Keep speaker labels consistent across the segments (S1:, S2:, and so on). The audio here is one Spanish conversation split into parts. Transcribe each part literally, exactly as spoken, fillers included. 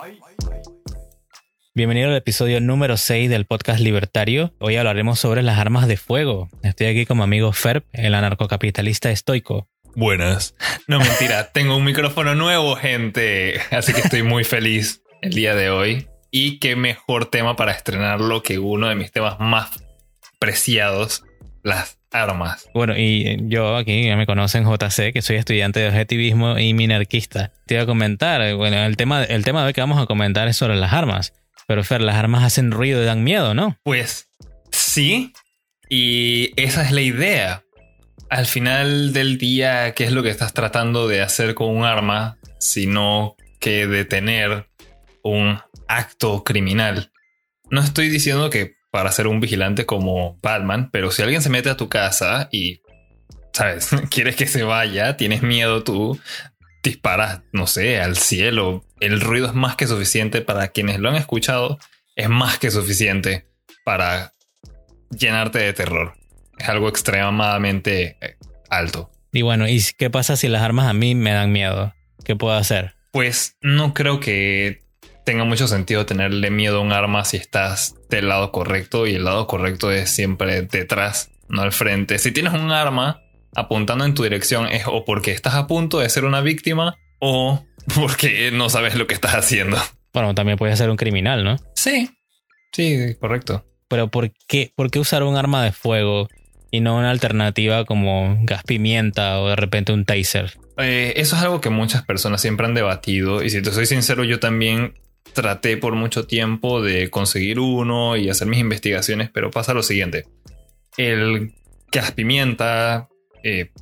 S1: Bienvenido al episodio número seis del podcast Libertario. Hoy hablaremos sobre las armas de fuego. Estoy aquí con mi amigo Ferb, el anarcocapitalista estoico.
S2: Buenas. No, mentira. Tengo un micrófono nuevo, gente. Así que estoy muy feliz el día de hoy. Y qué mejor tema para estrenarlo que uno de mis temas más preciados, las armas.
S1: Bueno, y yo aquí ya me conocen, J C, que soy estudiante de objetivismo y minarquista. Te iba a comentar, bueno, el tema, el tema de hoy que vamos a comentar es sobre las armas. Pero Fer, las armas hacen ruido y dan miedo, ¿no?
S2: Pues sí, y esa es la idea. Al final del día, ¿qué es lo que estás tratando de hacer con un arma? Sino que detener un acto criminal. No estoy diciendo que para ser un vigilante como Batman, pero si alguien se mete a tu casa y, ¿sabes? Quieres que se vaya, tienes miedo tú, disparas, no sé, al cielo. El ruido es más que suficiente para quienes lo han escuchado, es más que suficiente para llenarte de terror. Es algo extremadamente alto.
S1: Y bueno, ¿y qué pasa si las armas a mí me dan miedo? ¿Qué puedo hacer?
S2: Pues no creo que tenga mucho sentido tenerle miedo a un arma si estás del lado correcto, y el lado correcto es siempre detrás, no al frente. Si tienes un arma apuntando en tu dirección, es o porque estás a punto de ser una víctima o porque no sabes lo que estás haciendo.
S1: Bueno, también puedes ser un criminal, ¿no?
S2: Sí, sí, correcto.
S1: Pero ¿por qué, por qué usar un arma de fuego y no una alternativa como gas pimienta o de repente un taser?
S2: Eh, eso es algo que muchas personas siempre han debatido, y si te soy sincero, yo también traté por mucho tiempo de conseguir uno y hacer mis investigaciones, pero pasa lo siguiente. El gas pimienta eh,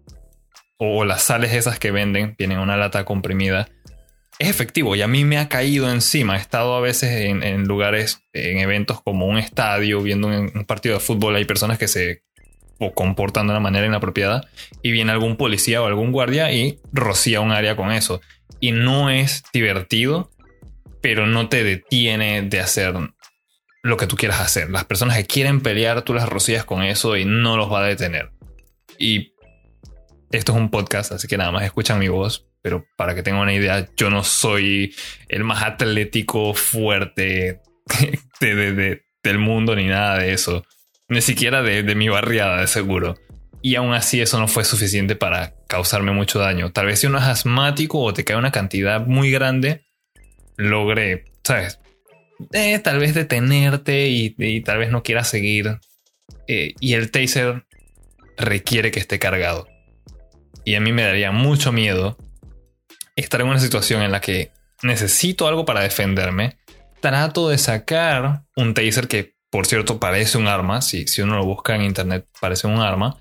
S2: o las sales esas que venden, vienen en una lata comprimida, es efectivo y a mí me ha caído encima. He estado a veces en, en lugares, en eventos como un estadio, viendo un, un partido de fútbol. Hay personas que se o comportan de una manera inapropiada y viene algún policía o algún guardia y rocía un área con eso. Y no es divertido, pero no te detiene de hacer lo que tú quieras hacer. Las personas que quieren pelear, tú las rocías con eso y no los va a detener. Y esto es un podcast, así que nada más escuchan mi voz. Pero para que tengan una idea, yo no soy el más atlético, fuerte de, de, de, del mundo ni nada de eso. Ni siquiera de, de mi barriada, de seguro. Y aún así eso no fue suficiente para causarme mucho daño. Tal vez si uno es asmático o te cae una cantidad muy grande, logré, ¿sabes? Eh, tal vez detenerte y, y tal vez no quieras seguir. Eh, y el taser requiere que esté cargado. Y a mí me daría mucho miedo estar en una situación en la que necesito algo para defenderme. Trato de sacar un taser que, por cierto, parece un arma. Si, si uno lo busca en internet, parece un arma.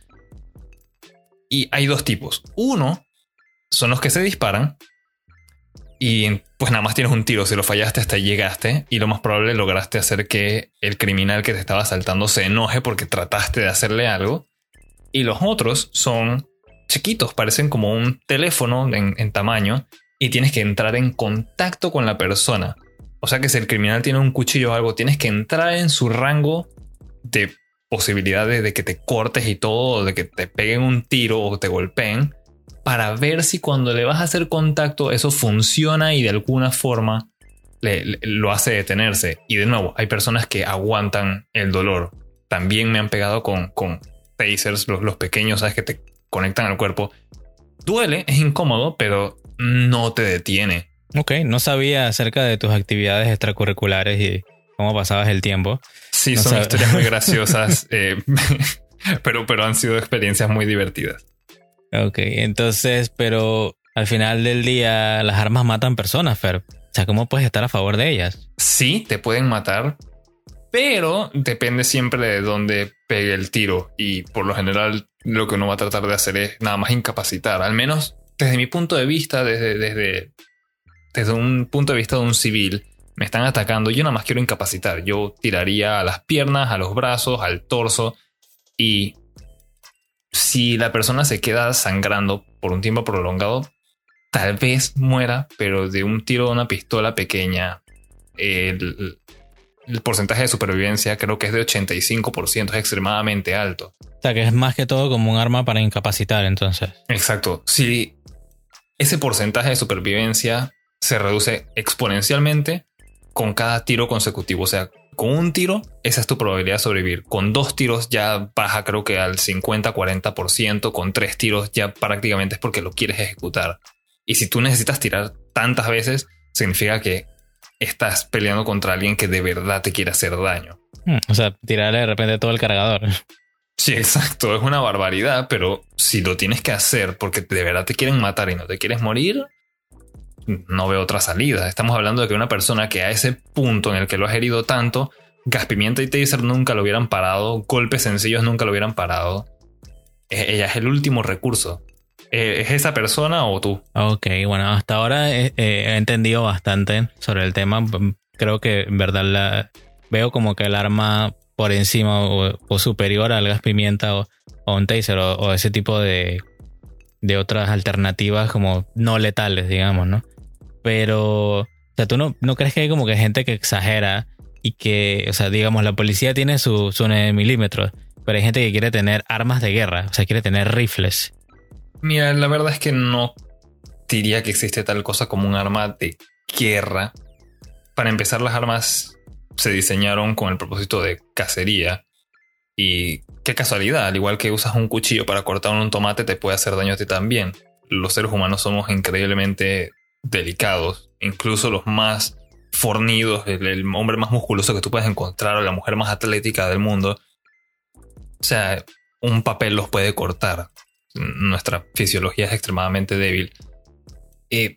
S2: Y hay dos tipos. Uno son los que se disparan y pues nada más tienes un tiro. Si lo fallaste, hasta ahí llegaste, y lo más probable lograste hacer que el criminal que te estaba asaltando se enoje porque trataste de hacerle algo. Y los otros son chiquitos, parecen como un teléfono en, en tamaño, y tienes que entrar en contacto con la persona. O sea que si el criminal tiene un cuchillo o algo, tienes que entrar en su rango de posibilidades de que te cortes y todo, de que te peguen un tiro o te golpeen, para ver si cuando le vas a hacer contacto eso funciona y de alguna forma le, le, lo hace detenerse. Y de nuevo, hay personas que aguantan el dolor. También me han pegado con, con tasers, los, los pequeños, ¿sabes? Que te conectan al cuerpo. Duele, es incómodo, pero no te detiene.
S1: Ok, no sabía acerca de tus actividades extracurriculares y cómo pasabas el tiempo.
S2: Sí,
S1: no
S2: son
S1: sab-
S2: historias muy graciosas, eh, pero, pero han sido experiencias muy divertidas.
S1: Ok, entonces, pero al final del día las armas matan personas, Fer. O sea, ¿cómo puedes estar a favor de ellas?
S2: Sí, te pueden matar, pero depende siempre de dónde pegue el tiro. Y por lo general lo que uno va a tratar de hacer es nada más incapacitar. Al menos desde mi punto de vista, desde, desde, desde un punto de vista de un civil, me están atacando. Yo nada más quiero incapacitar. Yo tiraría a las piernas, a los brazos, al torso. Y si la persona se queda sangrando por un tiempo prolongado, tal vez muera, pero de un tiro de una pistola pequeña, el, el porcentaje de supervivencia creo que es de ochenta y cinco por ciento, es extremadamente alto.
S1: O sea, que es más que todo como un arma para incapacitar, entonces.
S2: Exacto. Si ese porcentaje de supervivencia se reduce exponencialmente con cada tiro consecutivo. O sea, con un tiro, esa es tu probabilidad de sobrevivir. Con dos tiros ya baja creo que al cincuenta a cuarenta por ciento. Con tres tiros ya prácticamente es porque lo quieres ejecutar. Y si tú necesitas tirar tantas veces, significa que estás peleando contra alguien que de verdad te quiere hacer daño.
S1: Hmm, o sea, tirarle de repente todo el cargador.
S2: Sí, exacto. Es una barbaridad, pero si lo tienes que hacer porque de verdad te quieren matar y no te quieres morir, no veo otra salida. Estamos hablando de que una persona que a ese punto en el que lo has herido tanto, gas pimienta y taser nunca lo hubieran parado, golpes sencillos nunca lo hubieran parado. Ella es el último recurso. ¿Es esa persona o tú?
S1: Ok, bueno, hasta ahora he, he entendido bastante sobre el tema. Creo que en verdad la, veo como que el arma por encima o, o superior al gas pimienta o, o un taser o, o ese tipo de, de otras alternativas como no letales, digamos, ¿no? Pero, o sea, ¿tú no, no crees que hay como que gente que exagera y que, o sea, digamos, la policía tiene su, su nueve milímetros, pero hay gente que quiere tener armas de guerra, o sea, quiere tener rifles?
S2: Mira, la verdad es que no diría que existe tal cosa como un arma de guerra. Para empezar, las armas se diseñaron con el propósito de cacería. Y qué casualidad, al igual que usas un cuchillo para cortar un tomate, te puede hacer daño a ti también. Los seres humanos somos increíblemente delicados. Incluso los más fornidos, el, el hombre más musculoso que tú puedes encontrar o la mujer más atlética del mundo. O sea, un papel los puede cortar. Nuestra fisiología es extremadamente débil. Eh,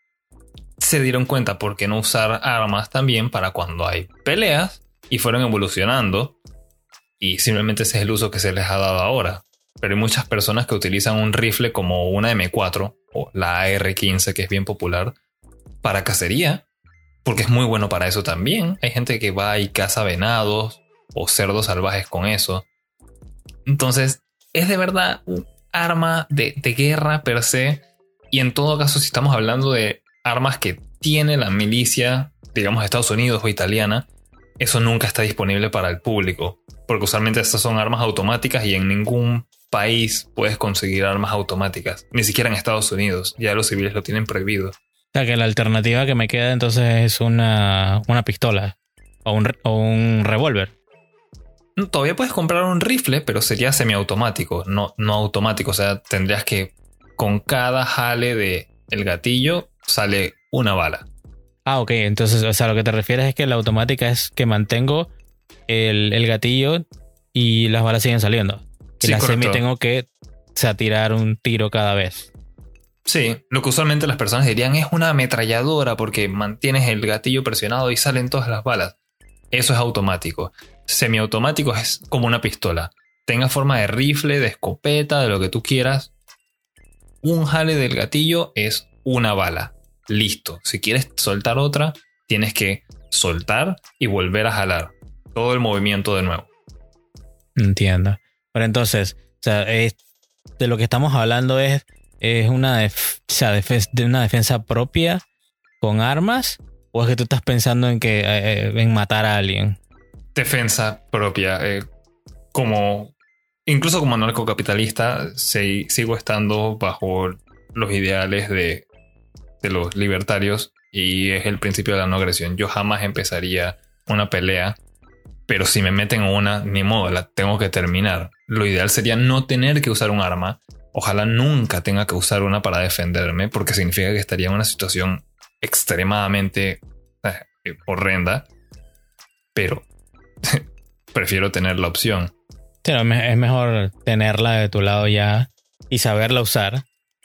S2: se dieron cuenta por qué no usar armas también para cuando hay peleas y fueron evolucionando y simplemente ese es el uso que se les ha dado ahora. Pero hay muchas personas que utilizan un rifle como una eme cuatro o la A R quince, que es bien popular, para cacería, porque es muy bueno para eso también. Hay gente que va y caza venados o cerdos salvajes con eso. Entonces es de verdad un arma de, de guerra per se. Y en todo caso, si estamos hablando de armas que tiene la milicia, digamos, de Estados Unidos o italiana, eso nunca está disponible para el público, porque usualmente estas son armas automáticas y en ningún país puedes conseguir armas automáticas, ni siquiera en Estados Unidos. Ya los civiles lo tienen prohibido.
S1: O sea, que la alternativa que me queda entonces es una, una pistola o un, o un revólver.
S2: Todavía puedes comprar un rifle, pero sería semiautomático, no, no automático. O sea, tendrías que, con cada jale de el gatillo, sale una bala.
S1: Ah, ok. Entonces, o sea, lo que te refieres es que la automática es que mantengo el, el gatillo y las balas siguen saliendo. Que
S2: Sí,
S1: la
S2: correcto.
S1: semi tengo que, o sea, tirar un tiro cada vez.
S2: Sí, lo que usualmente las personas dirían es una ametralladora porque mantienes el gatillo presionado y salen todas las balas. Eso es automático. Semiautomático es como una pistola. Tenga forma de rifle, de escopeta, de lo que tú quieras. Un jale del gatillo es una bala. Listo. Si quieres soltar otra, tienes que soltar y volver a jalar. Todo el movimiento de nuevo.
S1: Entiendo. Pero entonces, o sea, es, de lo que estamos hablando es, es una, def, o sea, def, de una defensa propia con armas, o es que tú estás pensando en que eh, en matar a alguien.
S2: Defensa propia. Eh, como incluso como anarcocapitalista, se, sigo estando bajo los ideales de, de los libertarios y es el principio de la no agresión. Yo jamás empezaría una pelea, pero si me meten en una, ni modo, la tengo que terminar. Lo ideal sería no tener que usar un arma. Ojalá nunca tenga que usar una para defenderme, porque significa que estaría en una situación extremadamente eh, horrenda. Pero prefiero tener la opción.
S1: Sí, no, es mejor tenerla de tu lado ya y saberla usar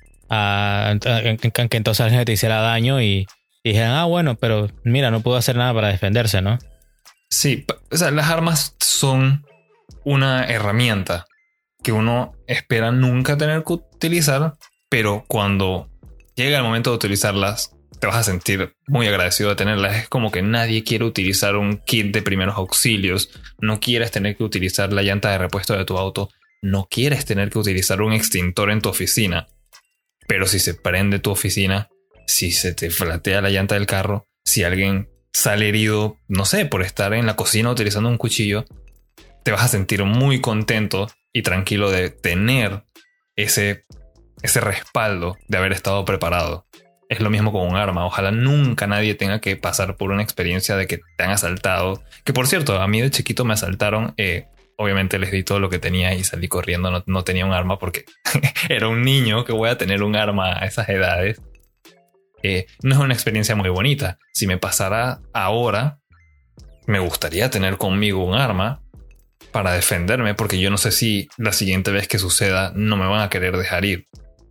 S1: a, a, a que entonces alguien te hiciera daño y, y dijeran, ah, bueno, pero mira, no pudo hacer nada para defenderse, ¿no?
S2: Sí, o sea, las armas son una herramienta que uno espera nunca tener que utilizar, pero cuando llega el momento de utilizarlas, te vas a sentir muy agradecido de tenerlas. Es como que nadie quiere utilizar un kit de primeros auxilios, no quieres tener que utilizar la llanta de repuesto de tu auto, no quieres tener que utilizar un extintor en tu oficina. Pero si se prende tu oficina, si se te flatea la llanta del carro, si alguien sale herido, no sé, por estar en la cocina utilizando un cuchillo, te vas a sentir muy contento y tranquilo de tener ese, ese respaldo de haber estado preparado. es lo mismo con un arma. Ojalá nunca nadie tenga que pasar por una experiencia de que te han asaltado. Que por cierto, a mí de chiquito me asaltaron. Eh, obviamente les di todo lo que tenía y salí corriendo. No, no tenía un arma porque era un niño, que voy a tener un arma a esas edades. Eh, no es una experiencia muy bonita. Si me pasara ahora, me gustaría tener conmigo un arma para defenderme, porque yo no sé si la siguiente vez que suceda no me van a querer dejar ir.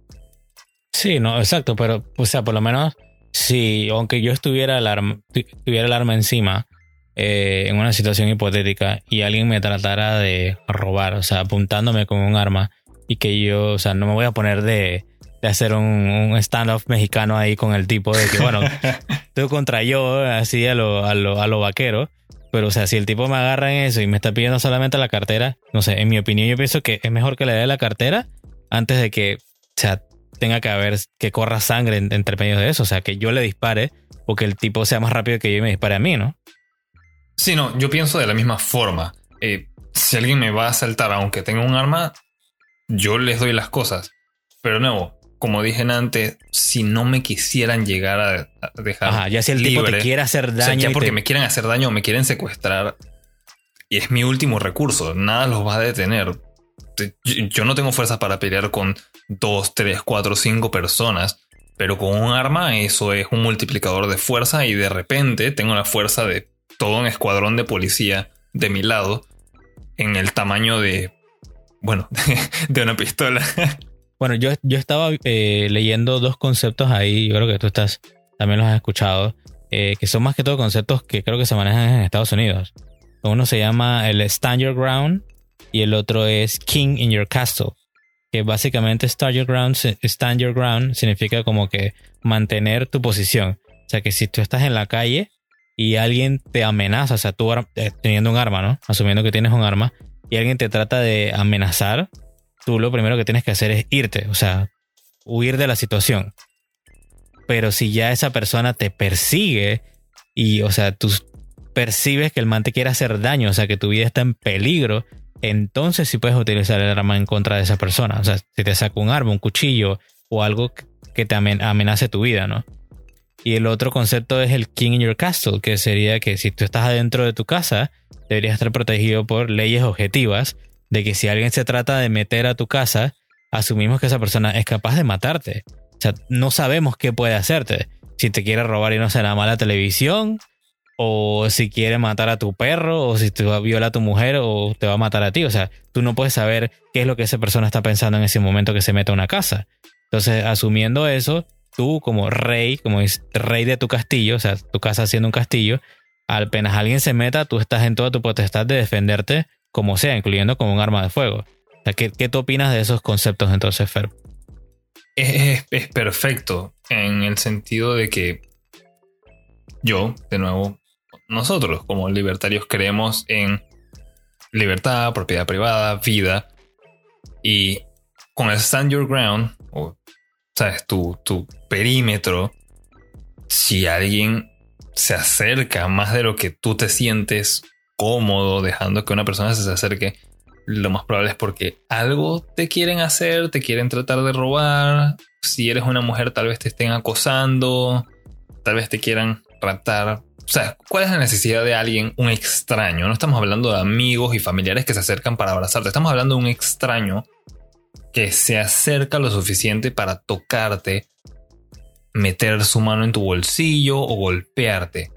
S1: Sí, no, exacto, pero, o sea, por lo menos, si, aunque yo estuviera el arma, tuviera el arma encima, eh, en una situación hipotética, y alguien me tratara de robar, o sea, apuntándome con un arma, y que yo, o sea, no me voy a poner de, de hacer un, un standoff mexicano ahí con el tipo de que, bueno, tú contra yo, así a lo, a lo, a lo vaquero. Pero, o sea, si el tipo me agarra en eso y me está pidiendo solamente la cartera, no sé, en mi opinión yo pienso que es mejor que le dé la cartera antes de que, o sea, tenga que haber, que corra sangre en, entre medio de eso. O sea, que yo le dispare o que el tipo sea más rápido que yo y me dispare a mí, ¿no?
S2: Sí, no, yo pienso de la misma forma. Eh, si alguien me va a asaltar aunque tenga un arma, yo les doy las cosas. Pero no, como dije antes, si no me quisieran llegar a, a dejar
S1: Ajá, ya si el
S2: libre,
S1: tipo te quiere hacer daño.
S2: O sea, ya porque
S1: te...
S2: me quieren hacer daño o me quieren secuestrar, y es mi último recurso, nada los va a detener. Yo, yo no tengo fuerza para pelear con dos, tres, cuatro, cinco personas, pero con un arma eso es un multiplicador de fuerza y de repente tengo la fuerza de todo un escuadrón de policía de mi lado en el tamaño de, bueno, de una pistola.
S1: Bueno, yo, yo estaba eh, leyendo dos conceptos ahí, yo creo que tú estás, también los has escuchado, eh, que son más que todo conceptos que creo que se manejan en Estados Unidos. Uno se llama el Stand Your Ground y el otro es King in Your Castle, que básicamente Stand Your Ground, Stand Your Ground significa como que mantener tu posición. O sea, que si tú estás en la calle y alguien te amenaza, o sea, tú eh, teniendo un arma, ¿no? Asumiendo que tienes un arma, y alguien te trata de amenazar, tú lo primero que tienes que hacer es irte, o sea, huir de la situación. Pero si ya esa persona te persigue y, o sea, tú percibes que el man te quiere hacer daño, o sea, que tu vida está en peligro, entonces sí puedes utilizar el arma en contra de esa persona. O sea, si te saca un arma, un cuchillo o algo que te amenace tu vida, ¿no? Y el otro concepto es el King in Your Castle, que sería que si tú estás adentro de tu casa, deberías estar protegido por leyes objetivas de que si alguien se trata de meter a tu casa, asumimos que esa persona es capaz de matarte. O sea, no sabemos qué puede hacerte. Si te quiere robar y no se la mala televisión, o si quiere matar a tu perro, o si te va a violar a tu mujer, o te va a matar a ti. O sea, tú no puedes saber qué es lo que esa persona está pensando en ese momento que se mete a una casa. Entonces, asumiendo eso, tú como rey, como rey de tu castillo, o sea, tu casa siendo un castillo, apenas alguien se meta, tú estás en toda tu potestad de defenderte como sea, incluyendo con un arma de fuego. O sea, ¿qué, qué tú opinas de esos conceptos entonces, Fer?
S2: Es, es, es perfecto en el sentido de que yo, de nuevo, nosotros como libertarios creemos en libertad, propiedad privada, vida, y con el stand your ground, o sabes, tu, tu perímetro, si alguien se acerca más de lo que tú te sientes cómodo dejando que una persona se acerque, lo más probable es porque algo te quieren hacer, te quieren tratar de robar. Si eres una mujer, tal vez te estén acosando, tal vez te quieran raptar. O sea, ¿cuál es la necesidad de alguien, un extraño? No estamos hablando de amigos y familiares que se acercan para abrazarte. Estamos hablando de un extraño que se acerca lo suficiente para tocarte, meter su mano en tu bolsillo o golpearte.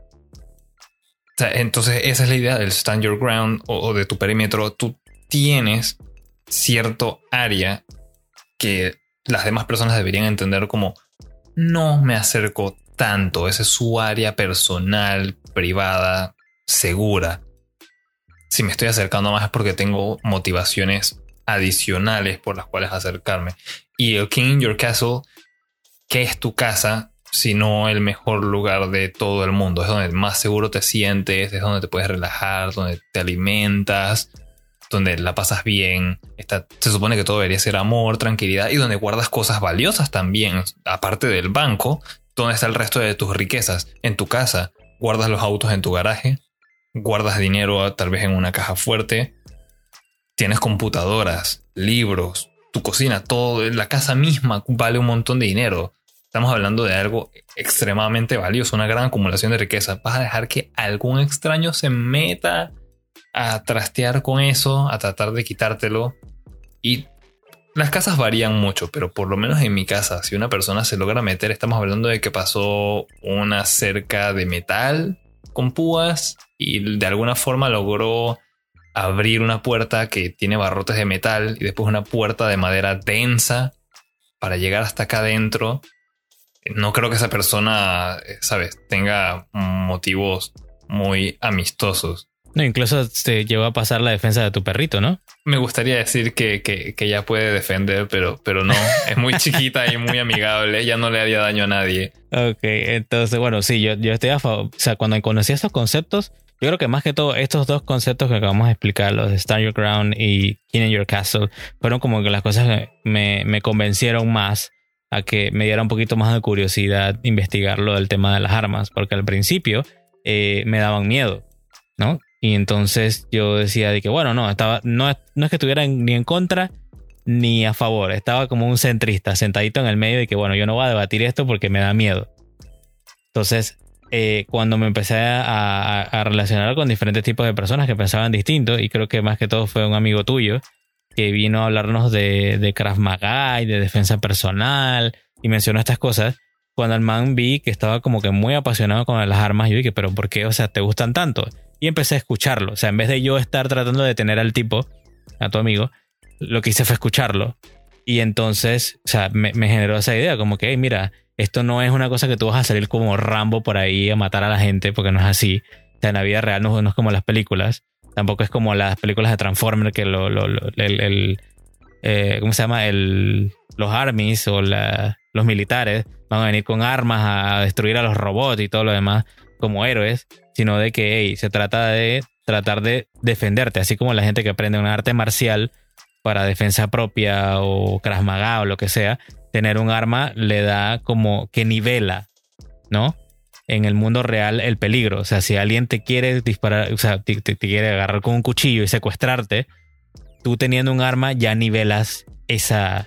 S2: O sea, entonces esa es la idea del stand your ground o, o de tu perímetro. Tú tienes cierto área que las demás personas deberían entender como no me acerco tanto. Esa es su área personal, privada, segura. Si me estoy acercando más es porque tengo motivaciones adicionales por las cuales acercarme. Y el King in Your Castle, ¿qué es tu casa? Sino el mejor lugar de todo el mundo. Es donde más seguro te sientes, es donde te puedes relajar, donde te alimentas, donde la pasas bien. Está, se supone que todo debería ser amor, tranquilidad, y donde guardas cosas valiosas también. Aparte del banco, ¿dónde está el resto de tus riquezas? En tu casa. Guardas los autos en tu garaje, guardas dinero tal vez en una caja fuerte, tienes computadoras, libros, tu cocina, todo, la casa misma vale un montón de dinero. estamos hablando de algo extremadamente valioso, una gran acumulación de riqueza. ¿Vas a dejar que algún extraño se meta a trastear con eso, a tratar de quitártelo? Y las casas varían mucho, pero por lo menos en mi casa, si una persona se logra meter, estamos hablando de que pasó una cerca de metal con púas y de alguna forma logró abrir una puerta que tiene barrotes de metal y después una puerta de madera densa para llegar hasta acá adentro. No creo que esa persona, ¿sabes?, tenga motivos muy amistosos.
S1: No, incluso te llevó a pasar la defensa de tu perrito, ¿no?
S2: Me gustaría decir que, que, que ella puede defender, pero, pero no. Es muy chiquita y muy amigable. Ella no le haría daño a nadie.
S1: Ok, entonces, bueno, sí, yo, yo estoy a favor. O sea, cuando conocí estos conceptos, yo creo que más que todo estos dos conceptos que acabamos de explicar, los de Stand Your Ground y King in Your Castle, fueron como que las cosas que me, me convencieron más a que me diera un poquito más de curiosidad investigar lo del tema de las armas, porque al principio eh, me daban miedo, ¿no? Y entonces yo decía de que bueno, no, estaba, no, no es que estuviera ni en contra ni a favor. Estaba como un centrista sentadito en el medio de que bueno, yo no voy a debatir esto porque me da miedo. Entonces, eh, cuando me empecé a, a, a relacionar con diferentes tipos de personas que pensaban distinto, y creo que más que todo fue un amigo tuyo que vino a hablarnos de, de Krav Maga y de defensa personal y mencionó estas cosas. Cuando el man vi que estaba como que muy apasionado con las armas, yo dije, pero ¿por qué? O sea, ¿te gustan tanto? Y empecé a escucharlo. O sea, en vez de yo estar tratando de detener al tipo, a tu amigo, lo que hice fue escucharlo. Y entonces, o sea, me, me generó esa idea como que, hey, mira, esto no es una cosa que tú vas a salir como Rambo por ahí a matar a la gente, porque no es así. O sea, en la vida real no, no es como las películas. Tampoco es como las películas de Transformers que lo, lo, lo, el, el eh, ¿cómo se llama? El, los armies o la, los militares van a venir con armas a destruir a los robots y todo lo demás como héroes, sino de que hey, se trata de tratar de defenderte, así como la gente que aprende un arte marcial para defensa propia o Krav Maga o lo que sea, tener un arma le da como que nivela, ¿no? En el mundo real el peligro. O sea, si alguien te quiere disparar, o sea, te, te, te quiere agarrar con un cuchillo y secuestrarte, tú teniendo un arma ya nivelas esa,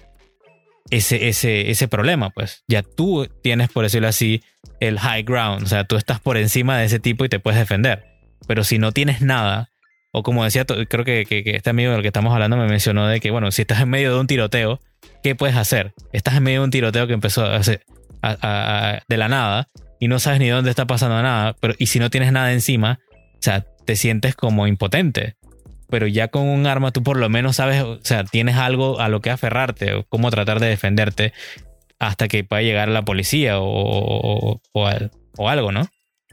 S1: ese, ese, ese problema, pues. Ya tú tienes, por decirlo así, el high ground. O sea, tú estás por encima de ese tipo y te puedes defender. Pero si no tienes nada, o como decía, creo que, que, que este amigo del que estamos hablando me mencionó de que, bueno, si estás en medio de un tiroteo, ¿qué puedes hacer? Estás en medio de un tiroteo que empezó a hacer, a, a, a, de la nada y no sabes ni dónde está pasando nada, pero y si no tienes nada encima, o sea, te sientes como impotente. Pero ya con un arma tú por lo menos sabes, o sea, tienes algo a lo que aferrarte o cómo tratar de defenderte hasta que pueda llegar la policía o, o, o, o algo, ¿no?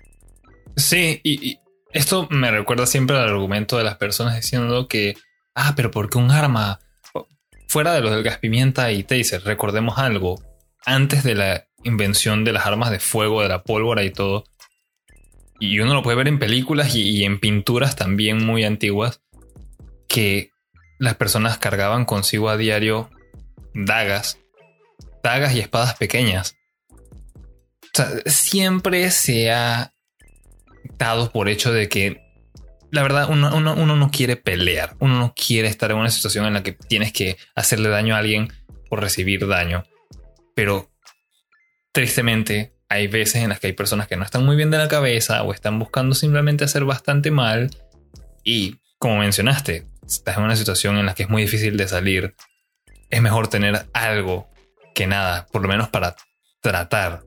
S2: Sí, y, y esto me recuerda siempre al argumento de las personas diciendo que, ah, pero ¿por qué un arma? Fuera de los del gas pimienta y taser, recordemos algo. Antes de la invención de las armas de fuego, de la pólvora y todo, y uno lo puede ver en películas y, y en pinturas también muy antiguas, que las personas cargaban consigo a diario dagas, dagas y espadas pequeñas. O sea, siempre se ha dado por hecho de que la verdad uno, uno, uno no quiere pelear, uno no quiere estar en una situación en la que tienes que hacerle daño a alguien por recibir daño. Pero tristemente hay veces en las que hay personas que no están muy bien de la cabeza o están buscando simplemente hacer bastante mal y, como mencionaste, estás en una situación en la que es muy difícil de salir. Es mejor tener algo que nada, por lo menos para tratar.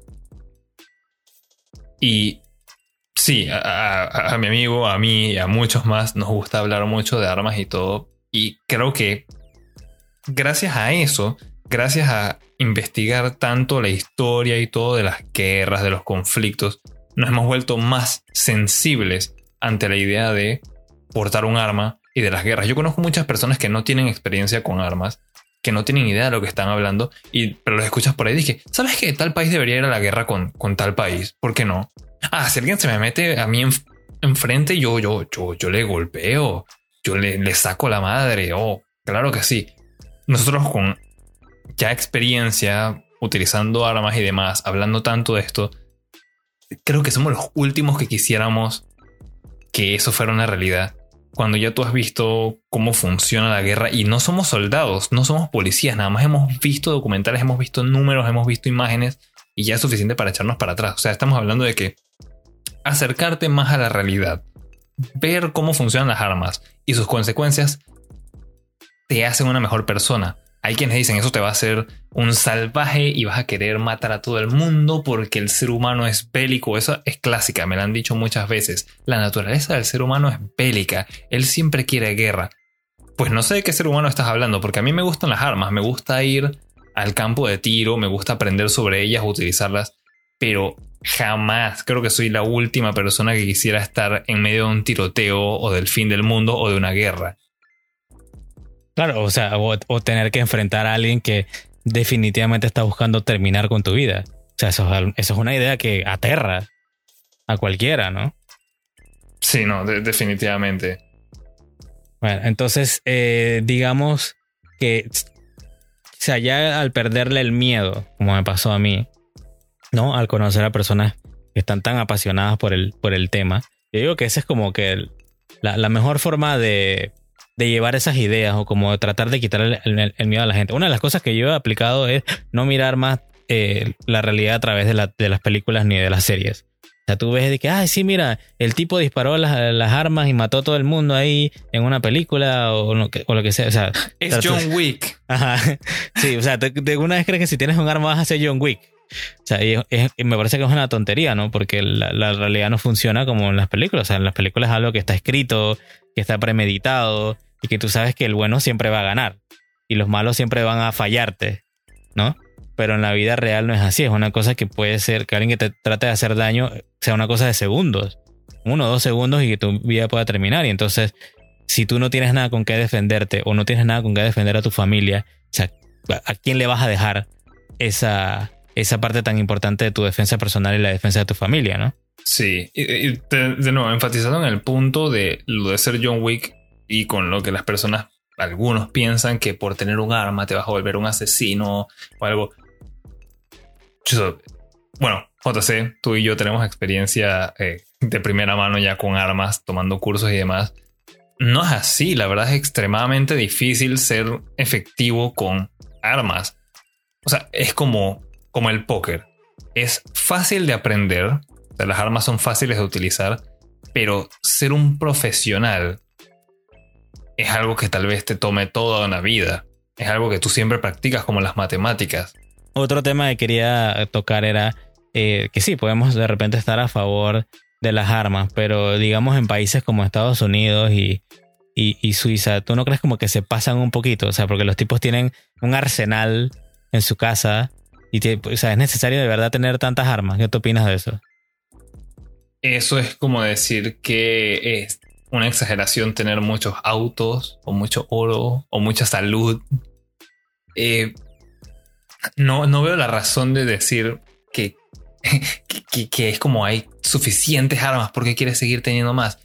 S2: Y sí, a, a, a mi amigo, a mí y a muchos más nos gusta hablar mucho de armas y todo. Y creo que gracias a eso, gracias a investigar tanto la historia y todo de las guerras, de los conflictos, nos hemos vuelto más sensibles ante la idea de portar un arma y de las guerras. Yo conozco muchas personas que no tienen experiencia con armas, que no tienen idea de lo que están hablando, y, pero los escuchas por ahí y dije, ¿sabes que tal país debería ir a la guerra con, con tal país? ¿Por qué no? Ah, si alguien se me mete a mí en, enfrente, yo, yo, yo, yo le golpeo, yo le, le saco la madre. Oh, claro que sí. Nosotros con ya experiencia utilizando armas y demás, hablando tanto de esto, creo que somos los últimos que quisiéramos que eso fuera una realidad. Cuando ya tú has visto cómo funciona la guerra y no somos soldados, no somos policías, nada más hemos visto documentales, hemos visto números, hemos visto imágenes y ya es suficiente para echarnos para atrás. O sea, estamos hablando de que acercarte más a la realidad, ver cómo funcionan las armas y sus consecuencias te hacen una mejor persona. Hay quienes dicen eso te va a hacer un salvaje y vas a querer matar a todo el mundo porque el ser humano es bélico. Eso es clásica, me lo han dicho muchas veces. La naturaleza del ser humano es bélica. Él siempre quiere guerra. Pues no sé de qué ser humano estás hablando, porque a mí me gustan las armas. Me gusta ir al campo de tiro, me gusta aprender sobre ellas, utilizarlas. Pero jamás creo que soy la última persona que quisiera estar en medio de un tiroteo o del fin del mundo o de una guerra.
S1: Claro, o sea, o, o tener que enfrentar a alguien que definitivamente está buscando terminar con tu vida. O sea, eso, eso es una idea que aterra a cualquiera, ¿no?
S2: Sí, no, de- definitivamente.
S1: Bueno, entonces, eh, digamos que, o sea, ya al perderle el miedo, como me pasó a mí, ¿no? Al conocer a personas que están tan apasionadas por el, por el tema, yo digo que esa es como que el- la, la mejor forma de... de llevar esas ideas o como de tratar de quitar el, el- el miedo a la gente. Una de las cosas que yo he aplicado es no mirar más eh, la realidad a través de, la- de las películas ni de las series. O sea, tú ves de que, ay, sí, mira, el tipo disparó las, las armas y mató a todo el mundo ahí en una película o lo que, o lo que sea. O sea,
S2: Es
S1: trata-
S2: John Wick.
S1: Ajá. Sí, o sea, te- de una vez crees que si tienes un arma vas a ser John Wick. O sea, y es- es- y me parece que es una tontería, ¿no? Porque la, la realidad no funciona como en las películas. O sea, en las películas es algo que está escrito, que está premeditado y que tú sabes que el bueno siempre va a ganar y los malos siempre van a fallarte, ¿no? Pero en la vida real no es así. Es una cosa que puede ser que alguien que te trate de hacer daño sea una cosa de segundos. Uno o dos segundos y que tu vida pueda terminar. Y entonces, si tú no tienes nada con qué defenderte o no tienes nada con qué defender a tu familia, o sea, ¿a quién le vas a dejar esa, esa parte tan importante de tu defensa personal y la defensa de tu familia, ¿no?
S2: Sí, y, y de, de nuevo, enfatizando en el punto de lo de ser John Wick y con lo que las personas, algunos piensan que por tener un arma te vas a volver un asesino o algo. Yo- bueno, J C, tú y yo tenemos experiencia eh, de primera mano ya con armas, tomando cursos y demás. No es así, la verdad es extremadamente difícil ser efectivo con armas. O sea, es como, como el póker. Es fácil de aprender, o sea, las armas son fáciles de utilizar, pero ser un profesional es algo que tal vez te tome toda una vida. Es algo que tú siempre practicas, como las matemáticas.
S1: Otro tema que quería tocar era eh, que sí, podemos de repente estar a favor de las armas, pero digamos en países como Estados Unidos y, y, y Suiza, ¿tú no crees como que se pasan un poquito? O sea, porque los tipos tienen un arsenal en su casa y te- o sea, es necesario de verdad tener tantas armas. ¿Qué tú opinas de eso?
S2: Eso es como decir que es una exageración tener muchos autos o mucho oro o mucha salud. Eh, no, no veo la razón de decir que, que, que- que es como hay suficientes armas, ¿por qué quieres seguir teniendo más?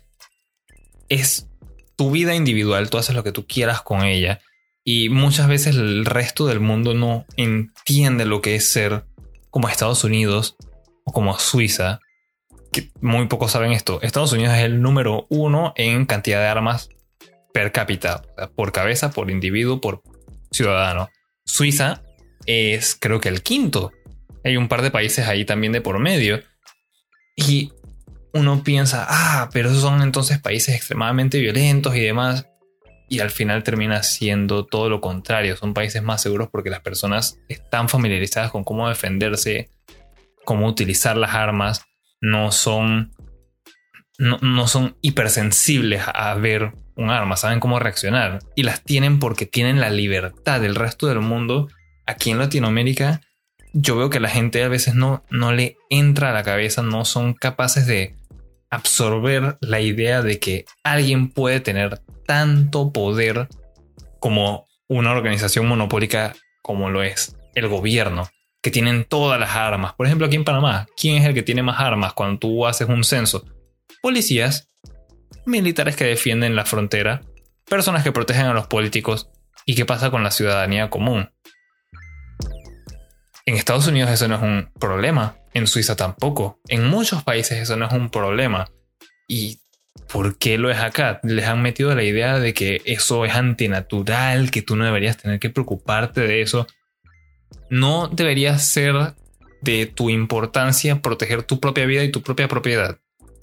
S2: Es tu vida individual, tú haces lo que tú quieras con ella y muchas veces el resto del mundo no entiende lo que es ser como Estados Unidos o como Suiza, que muy pocos saben esto. Estados Unidos es el número uno en cantidad de armas per cápita, o sea, por cabeza, por individuo, por ciudadano. Suiza es creo que el quinto. Hay un par de países ahí también de por medio. Y uno piensa, ah, pero esos son entonces países extremadamente violentos y demás. Y al final termina siendo todo lo contrario. Son países más seguros porque las personas están familiarizadas con cómo defenderse, cómo utilizar las armas. No son, no, no son hipersensibles a ver un arma, saben cómo reaccionar y las tienen porque tienen la libertad del resto del mundo. Aquí en Latinoamérica yo veo que la gente a veces no, no le entra a la cabeza, no son capaces de absorber la idea de que alguien puede tener tanto poder como una organización monopólica como lo es el gobierno, que tienen todas las armas. Por ejemplo, aquí en Panamá, ¿quién es el que tiene más armas cuando tú haces un censo? Policías, militares que defienden la frontera, personas que protegen a los políticos. ¿Y qué pasa con la ciudadanía común? En Estados Unidos eso no es un problema, en Suiza tampoco, en muchos países eso no es un problema. ¿Y por qué lo es acá? Les han metido la idea de que eso es antinatural, que tú no deberías tener que preocuparte de eso. No debería ser de tu importancia proteger tu propia vida y tu propia propiedad.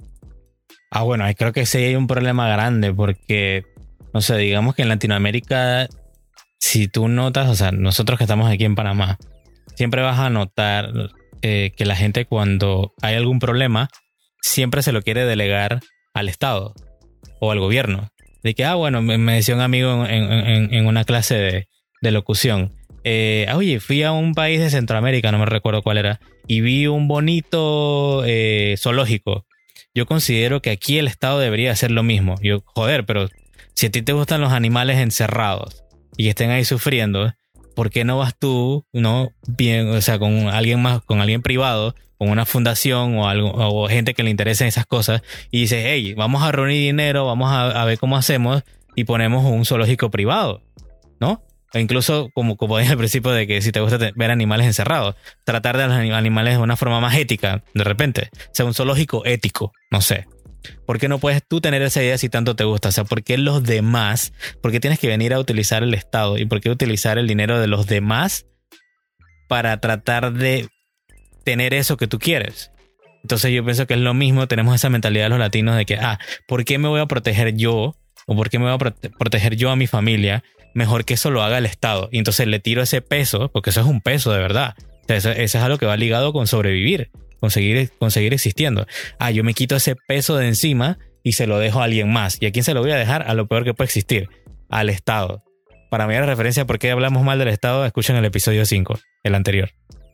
S1: Ah, bueno, ahí creo que sí hay un problema grande porque, no sé, digamos que en Latinoamérica, si tú notas, o sea, nosotros que estamos aquí en Panamá, siempre vas a notar eh, que la gente cuando hay algún problema, siempre se lo quiere delegar al Estado o al gobierno. De que, ah, bueno, me, me decía un amigo en, en, en una clase de, de locución. Eh, oye, fui a un país de Centroamérica, no me recuerdo cuál era, y vi un bonito eh, zoológico. Yo considero que aquí el Estado debería hacer lo mismo. Yo, joder, pero si a ti te gustan los animales encerrados y que estén ahí sufriendo, ¿por qué no vas tú, no, bien, o sea, con alguien más, con alguien privado, con una fundación o algo, o gente que le interesen esas cosas, y dices, hey, vamos a reunir dinero, vamos a, a ver cómo hacemos y ponemos un zoológico privado, ¿no? O incluso, como, como dije al principio, de que si te gusta ver animales encerrados, tratar de los animales de una forma más ética, de repente, o sea, un zoológico ético, no sé. ¿Por qué no puedes tú tener esa idea si tanto te gusta? O sea, ¿por qué los demás? ¿Por qué tienes que venir a utilizar el Estado? ¿Y por qué utilizar el dinero de los demás para tratar de tener eso que tú quieres? Entonces yo pienso que es lo mismo, tenemos esa mentalidad de los latinos de que, ah, ¿por qué me voy a proteger yo? ¿O por qué me voy a prote- proteger yo a mi familia? Mejor que eso lo haga el Estado. Y entonces le tiro ese peso, porque eso es un peso de verdad. O sea, eso, eso es algo que va ligado con sobrevivir, conseguir, conseguir existiendo. Ah, yo me quito ese peso de encima y se lo dejo a alguien más. ¿Y a quién se lo voy a dejar? A lo peor que puede existir, al Estado. Para mí la referencia a por qué hablamos mal del Estado, escuchen el episodio cinco, el anterior.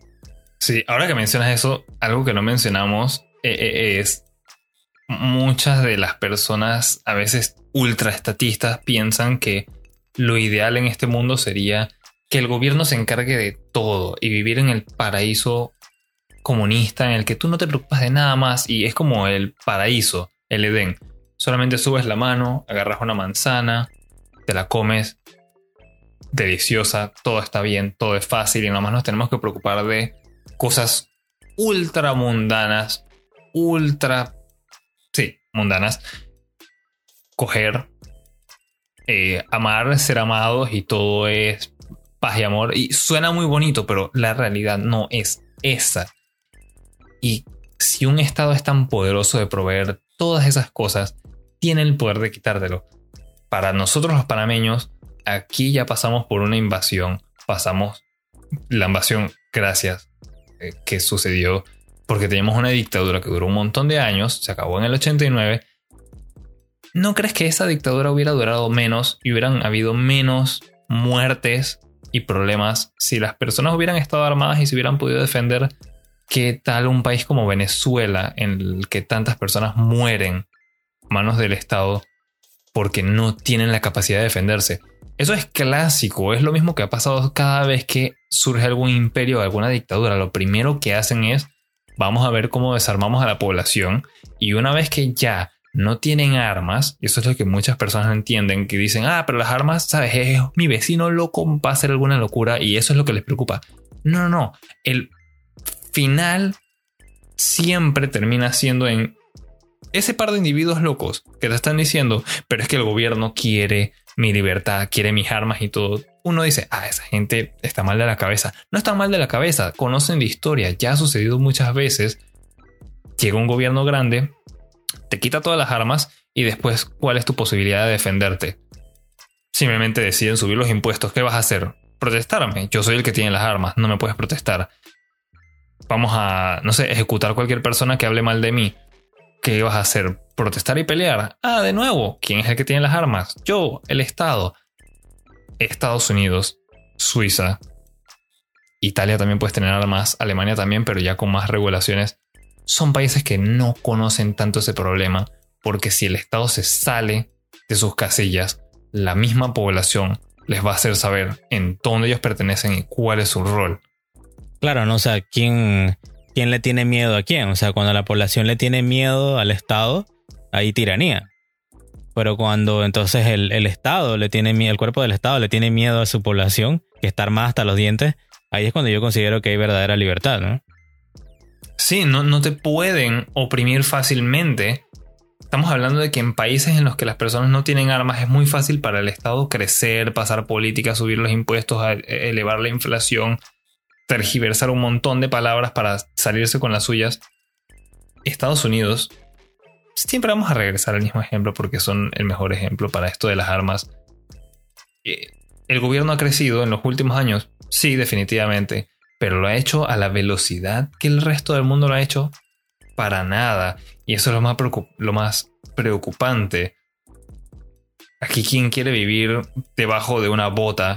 S2: Sí, ahora que mencionas eso, algo que no mencionamos eh, eh, es muchas de las personas, a veces ultraestatistas, piensan que lo ideal en este mundo sería que el gobierno se encargue de todo y vivir en el paraíso comunista en el que tú no te preocupas de nada más y es como el paraíso, el Edén. Solamente subes la mano, agarras una manzana, te la comes, deliciosa, todo está bien, todo es fácil y nada más nos tenemos que preocupar de cosas ultra mundanas, ultra, sí, mundanas. Coger, eh, amar, ser amados y todo es paz y amor. Y suena muy bonito, pero la realidad no es esa. Y si un Estado es tan poderoso de proveer todas esas cosas, tiene el poder de quitártelo. Para nosotros los panameños, aquí ya pasamos por una invasión. Pasamos la invasión, gracias, eh, que sucedió porque teníamos una dictadura que duró un montón de años, se acabó en el ochenta y nueve. ¿No crees que esa dictadura hubiera durado menos y hubieran habido menos muertes y problemas si las personas hubieran estado armadas y se hubieran podido defender? ¿Qué tal un país como Venezuela en el que tantas personas mueren a manos del Estado porque no tienen la capacidad de defenderse? Eso es clásico, es lo mismo que ha pasado cada vez que surge algún imperio o alguna dictadura. Lo primero que hacen es, vamos a ver cómo desarmamos a la población, y una vez que ya no tienen armas, y eso es lo que muchas personas no entienden, que dicen, ah, pero las armas, ¿sabes? Es mi vecino loco, va a hacer alguna locura y eso es lo que les preocupa. No, no, no. El final siempre termina siendo en ese par de individuos locos que te están diciendo, pero es que el gobierno quiere mi libertad, quiere mis armas y todo. Uno dice, ah, esa gente está mal de la cabeza. No está mal de la cabeza, conocen de historia, ya ha sucedido muchas veces. Llega un gobierno grande, te quita todas las armas y después, ¿cuál es tu posibilidad de defenderte? Simplemente deciden subir los impuestos. ¿Qué vas a hacer? Protestarme. Yo soy el que tiene las armas, no me puedes protestar. Vamos a, no sé, ejecutar cualquier persona que hable mal de mí. ¿Qué vas a hacer? ¿Protestar y pelear? Ah, de nuevo, ¿quién es el que tiene las armas? Yo, el Estado. Estados Unidos, Suiza, Italia también puedes tener armas, Alemania también, pero ya con más regulaciones. Son países que no conocen tanto ese problema, porque si el Estado se sale de sus casillas, la misma población les va a hacer saber en dónde ellos pertenecen y cuál es su rol.
S1: Claro, ¿no? O sea, ¿quién, quién le tiene miedo a quién? O sea, cuando la población le tiene miedo al Estado, hay tiranía. Pero cuando entonces el, el Estado le tiene miedo, el cuerpo del Estado le tiene miedo a su población, que está armada hasta los dientes, ahí es cuando yo considero que hay verdadera libertad, ¿no?
S2: Sí, no, no te pueden oprimir fácilmente. Estamos hablando de que en países en los que las personas no tienen armas es muy fácil para el Estado crecer, pasar políticas, subir los impuestos, elevar la inflación. tergiversar un montón de palabras para salirse con las suyas. Estados Unidos, siempre vamos a regresar al mismo ejemplo porque son el mejor ejemplo para esto de las armas. El gobierno ha crecido en los últimos años, sí, definitivamente, pero lo ha hecho a la velocidad que el resto del mundo lo ha hecho, para nada. Y eso es lo más, preocup- lo más preocupante. Aquí, ¿quién quiere vivir debajo de una bota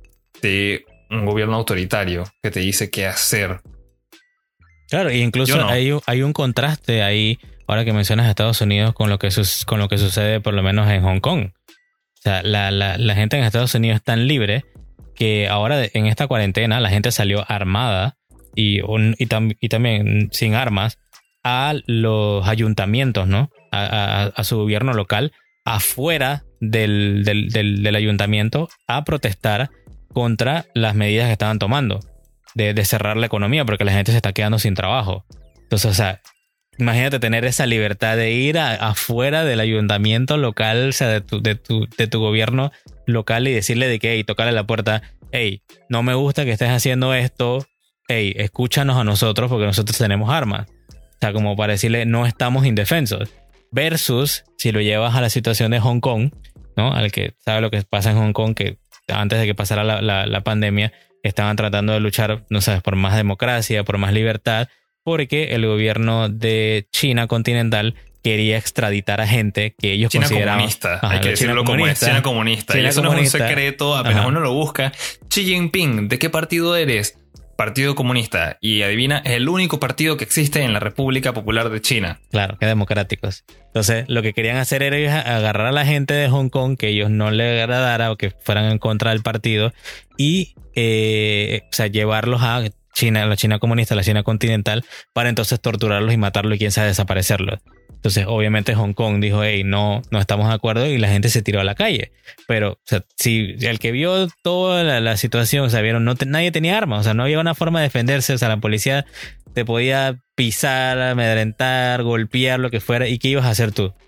S2: de un gobierno autoritario que te dice qué hacer?
S1: Claro, e incluso no. hay, hay un contraste ahí, ahora que mencionas Estados Unidos, con lo que, su- con lo que sucede por lo menos en Hong Kong. O sea, la, la, la gente en Estados Unidos es tan libre que ahora en esta cuarentena la gente salió armada y, un, y, tam, y también sin armas a los ayuntamientos, ¿no? A, a, a su gobierno local afuera del, del, del, del ayuntamiento a protestar contra las medidas que estaban tomando de, de cerrar la economía porque la gente se está quedando sin trabajo. Entonces, o sea, imagínate tener esa libertad de ir a, afuera del ayuntamiento local, o sea, de tu, de tu, de tu gobierno local y decirle de que, hey, tocarle la puerta, hey, no me gusta que estés haciendo esto, hey, escúchanos a nosotros porque nosotros tenemos armas. O sea, como para decirle, no estamos indefensos. Versus, si lo llevas a la situación de Hong Kong, ¿no? Al que sabe lo que pasa en Hong Kong, que antes de que pasara la, la, la pandemia, estaban tratando de luchar, no sabes, por más democracia, por más libertad, porque el gobierno de China continental quería extraditar a gente que ellos
S2: China
S1: consideraban...
S2: comunista,
S1: Ajá,
S2: hay que decirlo como es, China comunista.
S1: China
S2: y eso
S1: comunista.
S2: No es un secreto, apenas
S1: Ajá.
S2: uno lo busca. Xi Jinping, ¿de qué partido eres? Partido Comunista. Y adivina, es el único partido que existe en la República Popular de China.
S1: Claro, que democráticos. Entonces, lo que querían hacer era ellos agarrar a la gente de Hong Kong que ellos no les agradara o que fueran en contra del partido y eh, o sea, llevarlos a China, la China comunista, la China continental, para entonces torturarlos y matarlos y quién sabe desaparecerlos. Entonces, obviamente Hong Kong dijo, hey, no, no estamos de acuerdo y la gente se tiró a la calle. Pero, o sea, si el que vio toda la, la situación, o sea, vieron, no te, nadie tenía armas, o sea, no había una forma de defenderse, o sea, la policía te podía pisar, amedrentar, golpear, lo que fuera, ¿y qué ibas a hacer tú?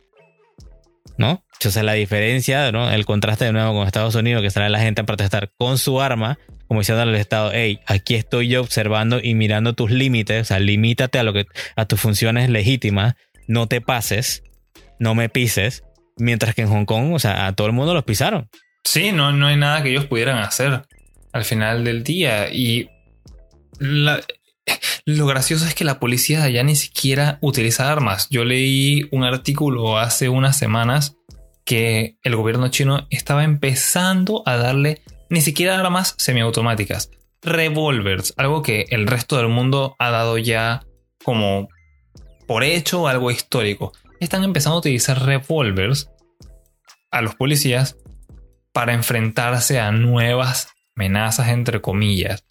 S1: ¿No? O sea, la diferencia, ¿no? El contraste de nuevo con Estados Unidos, que sale la gente a protestar con su arma, como diciendo al Estado, hey, aquí estoy yo observando y mirando tus límites, o sea, limítate a lo que, a tus funciones legítimas, no te pases, no me pises, mientras que en Hong Kong, o sea, a todo el mundo los pisaron.
S2: Sí, no, no hay nada que ellos pudieran hacer al final del día. Y la, lo gracioso es que la policía de allá ni siquiera utiliza armas. Yo leí un artículo hace unas semanas que el gobierno chino estaba empezando a darle ni siquiera armas semiautomáticas, revólveres, algo que el resto del mundo ha dado ya como por hecho, algo histórico. Están empezando a utilizar revólveres a los policías para enfrentarse a nuevas amenazas, entre comillas.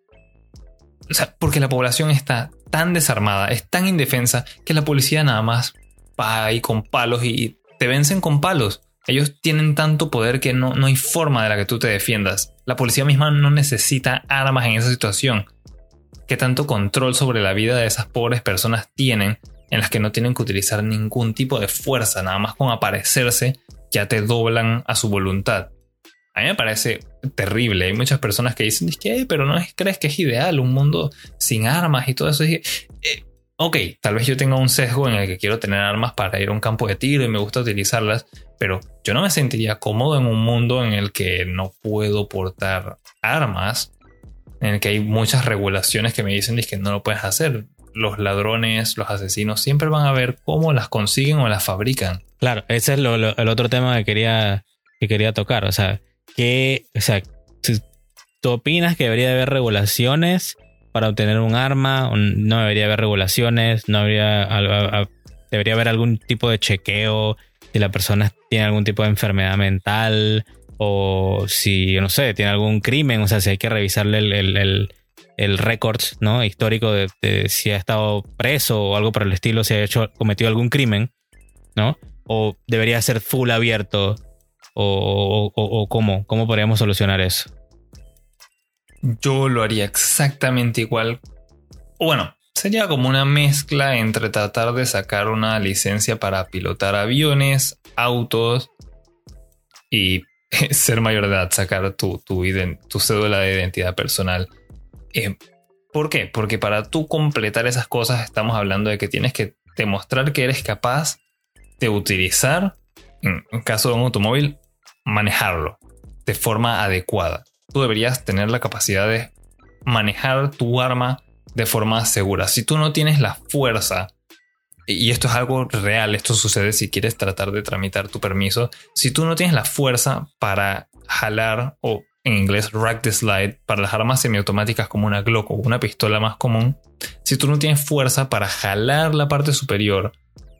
S2: O sea, porque la población está tan desarmada, es tan indefensa, que la policía nada más va ahí con palos y te vencen con palos. Ellos tienen tanto poder que no, no hay forma de la que tú te defiendas. La policía misma no necesita armas en esa situación. ¿Qué tanto control sobre la vida de esas pobres personas tienen, en las que no tienen que utilizar ningún tipo de fuerza? Nada más con aparecerse ya te doblan a su voluntad. A mí me parece terrible. Hay muchas personas que dicen que, pero no es, crees que es ideal un mundo sin armas y todo eso. Eh, ok, tal vez yo tenga un sesgo en el que quiero tener armas para ir a un campo de tiro y me gusta utilizarlas, pero yo no me sentiría cómodo en un mundo en el que no puedo portar armas, en el que hay muchas regulaciones que me dicen que no lo puedes hacer. Los ladrones, los asesinos siempre van a ver cómo las consiguen o las fabrican.
S1: Claro, ese es lo, lo, el otro tema que quería, que quería tocar. O sea, que, o sea, ¿tú opinas que debería haber regulaciones para obtener un arma? ¿No debería haber regulaciones? ¿No habría, a, a, debería haber algún tipo de chequeo si la persona tiene algún tipo de enfermedad mental? O si, no sé, tiene algún crimen, o sea, si hay que revisarle el, el, el, el récord, ¿no? histórico de, de si ha estado preso o algo por el estilo, si ha hecho, cometido algún crimen, ¿no? O debería ser full abierto, o, o, o, o cómo, cómo podríamos solucionar eso.
S2: Yo lo haría exactamente igual. Bueno, sería como una mezcla entre tratar de sacar una licencia para pilotar aviones, autos y ser mayor de edad, sacar tu, tu, ident- tu cédula de identidad personal. Eh, ¿Por qué? Porque para tú completar esas cosas estamos hablando de que tienes que demostrar que eres capaz de utilizar, en caso de un automóvil, manejarlo de forma adecuada. Tú deberías tener la capacidad de manejar tu arma de forma segura. Si tú no tienes la fuerza, y esto es algo real, esto sucede si quieres tratar de tramitar tu permiso, si tú no tienes la fuerza para jalar, o en inglés rack the slide, para las armas semiautomáticas como una Glock o una pistola más común, si tú no tienes fuerza para jalar la parte superior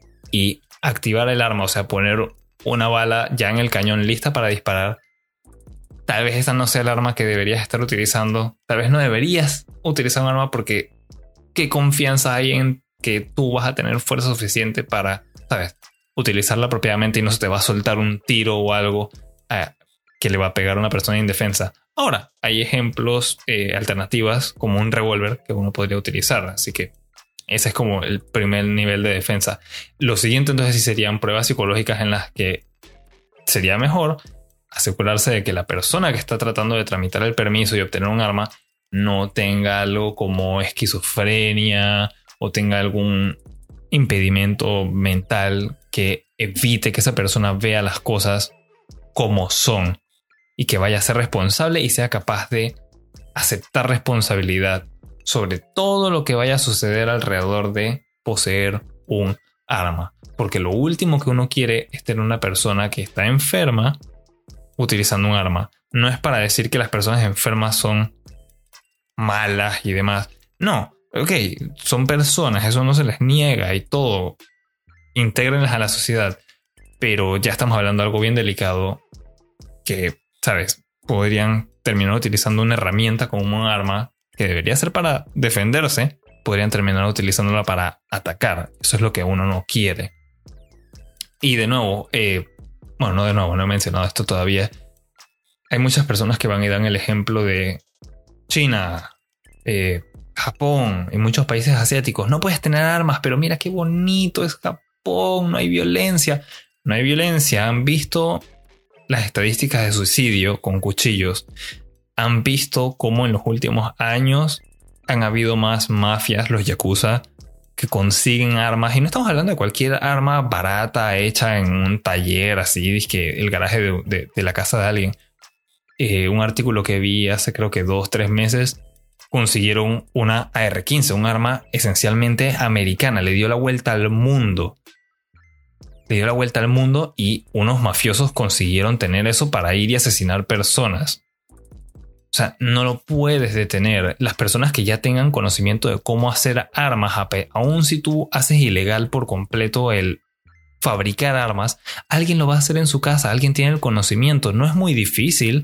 S2: y activar el arma, o sea, poner una bala ya en el cañón lista para disparar, tal vez esa no sea el arma que deberías estar utilizando. Tal vez no deberías utilizar un arma porque ¿qué confianza hay en que tú vas a tener fuerza suficiente para, sabes, utilizarla apropiadamente y no se te va a soltar un tiro o algo eh, que le va a pegar a una persona indefensa? Ahora, hay ejemplos, eh, alternativas como un revólver que uno podría utilizar. Así que ese es como el primer nivel de defensa. Lo siguiente entonces sí serían pruebas psicológicas en las que sería mejor asegurarse de que la persona que está tratando de tramitar el permiso y obtener un arma no tenga algo como esquizofrenia o tenga algún impedimento mental que evite que esa persona vea las cosas como son y que vaya a ser responsable y sea capaz de aceptar responsabilidad sobre todo lo que vaya a suceder alrededor de poseer un arma. Porque lo último que uno quiere es tener una persona que está enferma utilizando un arma. No es para decir que las personas enfermas son malas y demás. No, ok, son personas, eso no se les niega y todo. Intégrenlas a la sociedad. Pero ya estamos hablando de algo bien delicado que, ¿sabes? Podrían terminar utilizando una herramienta como un arma que debería ser para defenderse. Podrían terminar utilizándola para atacar. Eso es lo que uno no quiere. Y de nuevo, eh, bueno, no de nuevo, no he mencionado esto todavía. Hay muchas personas que van y dan el ejemplo de China, eh, Japón y muchos países asiáticos. No puedes tener armas, pero mira qué bonito es Japón, no hay violencia. No hay violencia. Han visto las estadísticas de suicidio con cuchillos. Han visto cómo en los últimos años han habido más mafias, los yakuza, que consiguen armas. Y no estamos hablando de cualquier arma barata hecha en un taller así, es que el garaje de, de, de la casa de alguien. Eh, un artículo que vi hace creo que dos, tres meses, consiguieron una A R quince, un arma esencialmente americana. Le dio la vuelta al mundo. Le dio la vuelta al mundo y unos mafiosos consiguieron tener eso para ir y asesinar personas. O sea, no lo puedes detener. Las personas que ya tengan conocimiento de cómo hacer armas, aun si tú haces ilegal por completo el fabricar armas, alguien lo va a hacer en su casa, alguien tiene el conocimiento. No es muy difícil.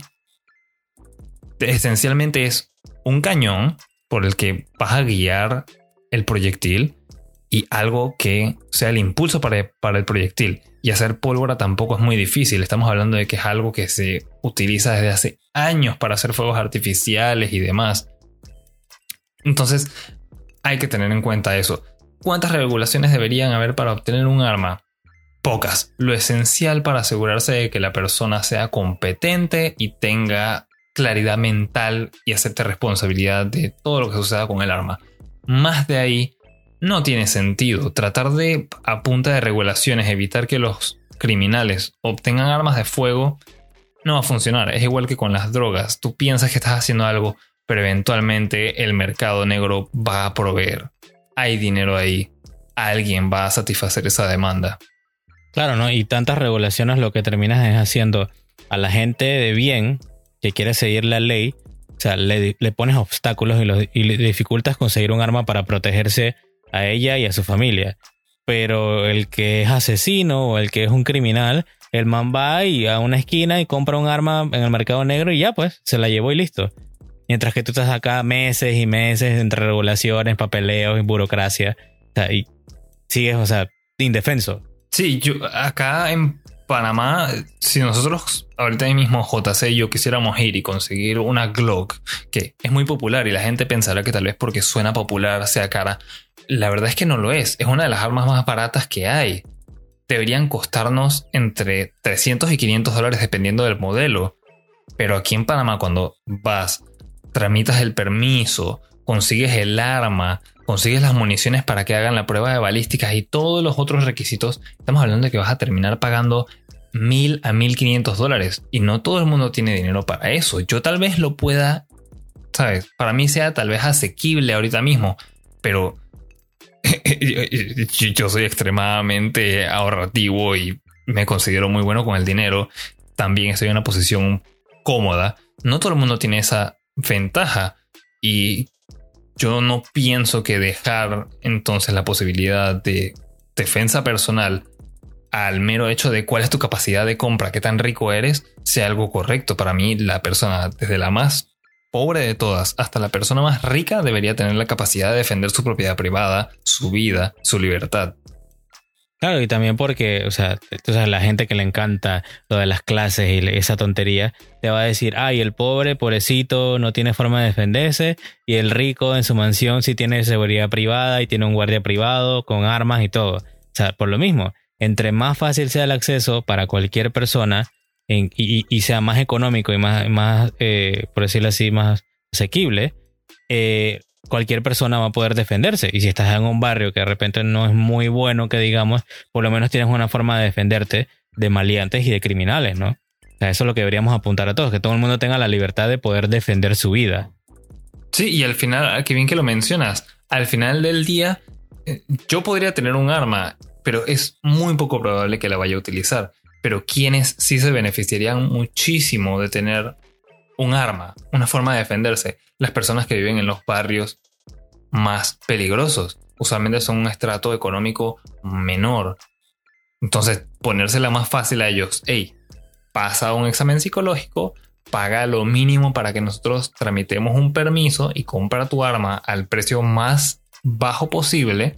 S2: Esencialmente es un cañón por el que vas a guiar el proyectil y algo que sea el impulso para, para el proyectil. Y hacer pólvora tampoco es muy difícil. Estamos hablando de que es algo que se utiliza desde hace años para hacer fuegos artificiales y demás. Entonces hay que tener en cuenta eso. ¿Cuántas regulaciones deberían haber para obtener un arma? Pocas. Lo esencial para asegurarse de que la persona sea competente y tenga claridad mental y acepte responsabilidad de todo lo que suceda con el arma. Más de ahí no tiene sentido. Tratar de, a punta de regulaciones, evitar que los criminales obtengan armas de fuego no va a funcionar. Es igual que con las drogas. Tú piensas que estás haciendo algo, pero eventualmente el mercado negro va a proveer. Hay dinero ahí. Alguien va a satisfacer esa demanda.
S1: Claro, ¿no? Y tantas regulaciones lo que terminas es haciendo a la gente de bien que quiere seguir la ley. O sea, le, le pones obstáculos y, lo, y le dificultas conseguir un arma para protegerse a ella y a su familia. Pero el que es asesino o el que es un criminal, el man va y a una esquina y compra un arma en el mercado negro y ya pues se la llevó y listo. Mientras que tú estás acá meses y meses entre regulaciones, papeleos y burocracia. O sea, y sigues, o sea, indefenso.
S2: Sí, yo acá en Panamá, si nosotros ahorita mismo J C y yo quisiéramos ir y conseguir una Glock, que es muy popular y la gente pensará que tal vez porque suena popular sea cara. La verdad es que no lo es. Es una de las armas más baratas que hay. Deberían costarnos entre trescientos y quinientos dólares dependiendo del modelo. Pero aquí en Panamá, cuando vas tramitas el permiso, consigues el arma, consigues las municiones para que hagan la prueba de balísticas y todos los otros requisitos, estamos hablando de que vas a terminar pagando mil a mil quinientos dólares. Y no todo el mundo tiene dinero para eso. Yo tal vez lo pueda, ¿sabes? Para mí sea tal vez asequible ahorita mismo, pero yo soy extremadamente ahorrativo y me considero muy bueno con el dinero. También estoy en una posición cómoda. No todo el mundo tiene esa ventaja y yo no pienso que dejar entonces la posibilidad de defensa personal al mero hecho de cuál es tu capacidad de compra, qué tan rico eres, sea algo correcto. Para mí, la persona, desde la más pobre de todas hasta la persona más rica, debería tener la capacidad de defender su propiedad privada, su vida, su libertad.
S1: Claro, y también porque, o sea, o sea, la gente que le encanta lo de las clases y esa tontería, te va a decir, ay, el pobre, pobrecito, no tiene forma de defenderse, y el rico en su mansión sí tiene seguridad privada y tiene un guardia privado con armas y todo. O sea, por lo mismo, entre más fácil sea el acceso para cualquier persona en, y, y sea más económico y más, más eh, por decirlo así, más asequible, eh, cualquier persona va a poder defenderse. Y si estás en un barrio que de repente no es muy bueno, que digamos, por lo menos tienes una forma de defenderte de maleantes y de criminales, ¿no? O sea, eso es lo que deberíamos apuntar a todos, que todo el mundo tenga la libertad de poder defender su vida.
S2: Sí, y al final, qué bien que lo mencionas, al final del día yo podría tener un arma, pero es muy poco probable que la vaya a utilizar. Pero quienes sí se beneficiarían muchísimo de tener un arma, una forma de defenderse, las personas que viven en los barrios más peligrosos. Usualmente son un estrato económico menor. Entonces, ponérsela más fácil a ellos. Hey, pasa un examen psicológico, paga lo mínimo para que nosotros tramitemos un permiso y compra tu arma al precio más bajo posible.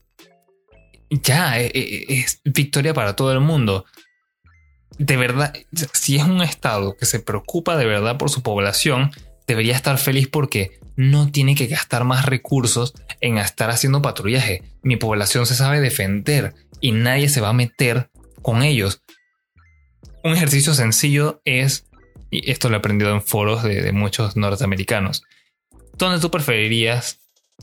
S2: Ya, es, es victoria para todo el mundo. De verdad, si es un estado que se preocupa de verdad por su población, debería estar feliz porque no tiene que gastar más recursos en estar haciendo patrullaje. Mi población se sabe defender y nadie se va a meter con ellos. Un ejercicio sencillo es, y esto lo he aprendido en foros de, de muchos norteamericanos, ¿dónde tú preferirías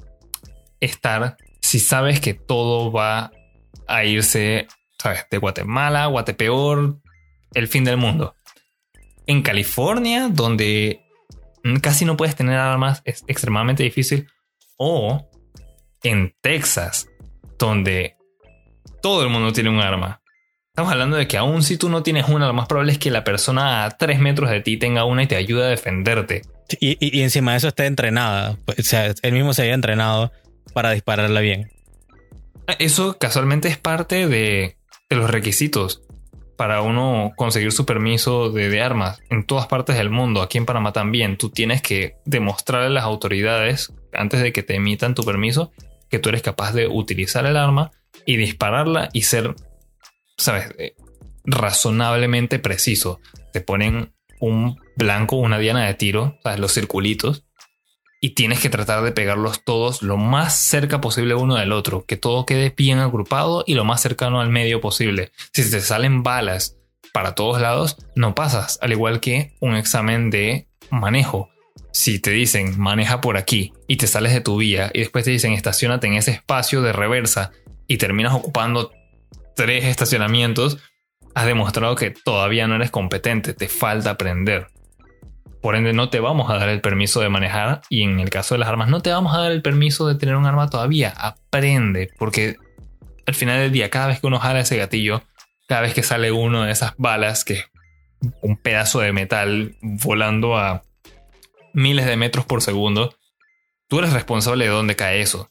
S2: estar si sabes que todo va a irse, sabes, de Guatemala, Guatepeor, el fin del mundo? En California, donde casi no puedes tener armas, es extremadamente difícil. O en Texas, donde todo el mundo tiene un arma. Estamos hablando de que aún si tú no tienes una, lo más probable es que la persona a tres metros de ti tenga una y te ayude a defenderte.
S1: Y, y, y encima de eso está entrenada. O sea, él mismo se había entrenado para dispararla bien.
S2: Eso casualmente es parte de, de los requisitos para uno conseguir su permiso de, de armas en todas partes del mundo. Aquí en Panamá también. Tú tienes que demostrarle a las autoridades antes de que te emitan tu permiso que tú eres capaz de utilizar el arma y dispararla y ser, ¿sabes?, razonablemente preciso. Te ponen un blanco, una diana de tiro, ¿sabes?, los circulitos, y tienes que tratar de pegarlos todos lo más cerca posible uno del otro, que todo quede bien agrupado y lo más cercano al medio posible. Si te salen balas para todos lados, no pasas, al igual que un examen de manejo. Si te dicen maneja por aquí y te sales de tu vía y después te dicen estaciónate en ese espacio de reversa y terminas ocupando tres estacionamientos, has demostrado que todavía no eres competente, te falta aprender. Por ende, no te vamos a dar el permiso de manejar, y en el caso de las armas, no te vamos a dar el permiso de tener un arma todavía. Aprende, porque al final del día, cada vez que uno jala ese gatillo, cada vez que sale uno de esas balas, que es un pedazo de metal volando a miles de metros por segundo, tú eres responsable de dónde cae eso.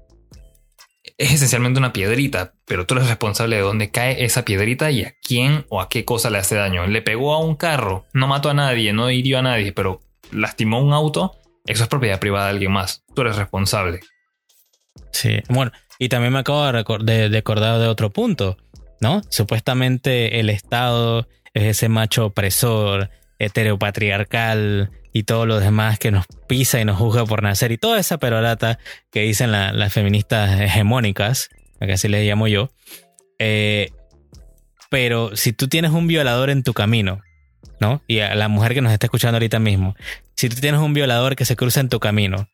S2: Es esencialmente una piedrita, pero tú eres responsable de dónde cae esa piedrita y a quién o a qué cosa le hace daño. Le pegó a un carro, no mató a nadie, no hirió a nadie, pero lastimó un auto, eso es propiedad privada de alguien más. Tú eres responsable.
S1: Sí, bueno, y también me acabo de, recor- de, de acordar de otro punto, ¿no? Supuestamente el Estado es ese macho opresor, heteropatriarcal y todo lo demás que nos pisa y nos juzga por nacer, y toda esa perorata que dicen la, las feministas hegemónicas, que así les llamo yo. Eh, pero si tú tienes un violador en tu camino ¿no? Y a la mujer que nos está escuchando ahorita mismo. Si tú tienes un violador que se cruza en tu camino,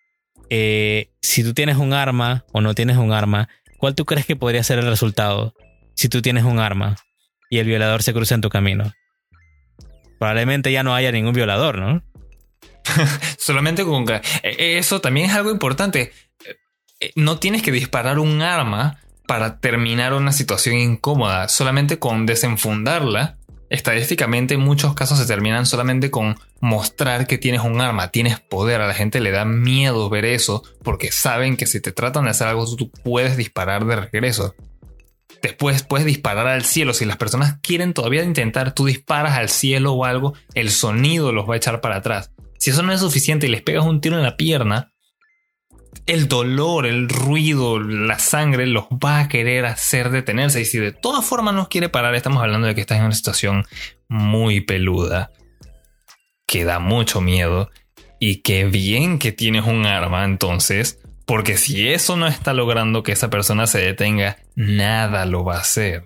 S1: eh, si tú tienes un arma o no tienes un arma, ¿cuál tú crees que podría ser el resultado si tú tienes un arma y el violador se cruza en tu camino? Probablemente ya no haya ningún violador, ¿no?
S2: Solamente con... Eso también es algo importante. No tienes que disparar un arma para terminar una situación incómoda. Solamente con desenfundarla. Estadísticamente en muchos casos se terminan solamente con mostrar que tienes un arma, tienes poder. A la gente le da miedo ver eso porque saben que si te tratan de hacer algo tú puedes disparar de regreso. Después puedes disparar al cielo. Si las personas quieren todavía intentar, tú disparas al cielo o algo, el sonido los va a echar para atrás. Si eso no es suficiente y les pegas un tiro en la pierna, el dolor, el ruido, la sangre los va a querer hacer detenerse. Y si de todas formas no quiere parar, estamos hablando de que estás en una situación muy peluda, que da mucho miedo. Y qué bien que tienes un arma entonces, porque si eso no está logrando que esa persona se detenga, nada lo va a hacer.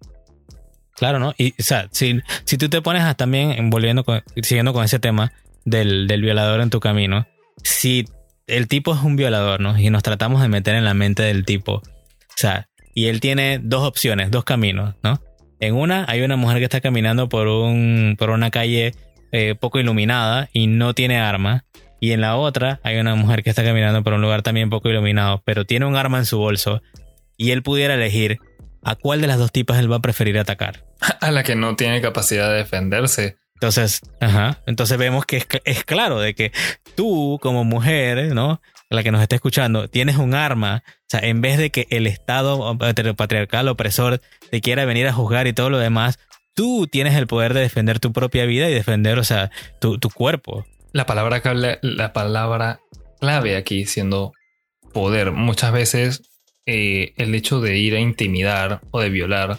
S1: Claro, ¿no? Y o sea, si, si tú te pones a también, volviendo con, siguiendo con ese tema del, del violador en tu camino, si el tipo es un violador, ¿no? Y nos tratamos de meter en la mente del tipo, o sea, y él tiene dos opciones, dos caminos, ¿no? En una hay una mujer que está caminando por un por una calle eh, poco iluminada y no tiene arma. Y en la otra hay una mujer que está caminando por un lugar también poco iluminado, pero tiene un arma en su bolso. Y él pudiera elegir a cuál de las dos tipas él va a preferir atacar.
S2: A la que no tiene capacidad de defenderse.
S1: Entonces, ajá, entonces vemos que es, es claro de que tú como mujer, ¿no? La que nos está escuchando, tienes un arma. O sea, en vez de que el Estado patriarcal opresor te quiera venir a juzgar y todo lo demás, tú tienes el poder de defender tu propia vida y defender, o sea, tu, tu cuerpo.
S2: La palabra clave, la palabra clave aquí siendo poder. Muchas veces eh, el hecho de ir a intimidar o de violar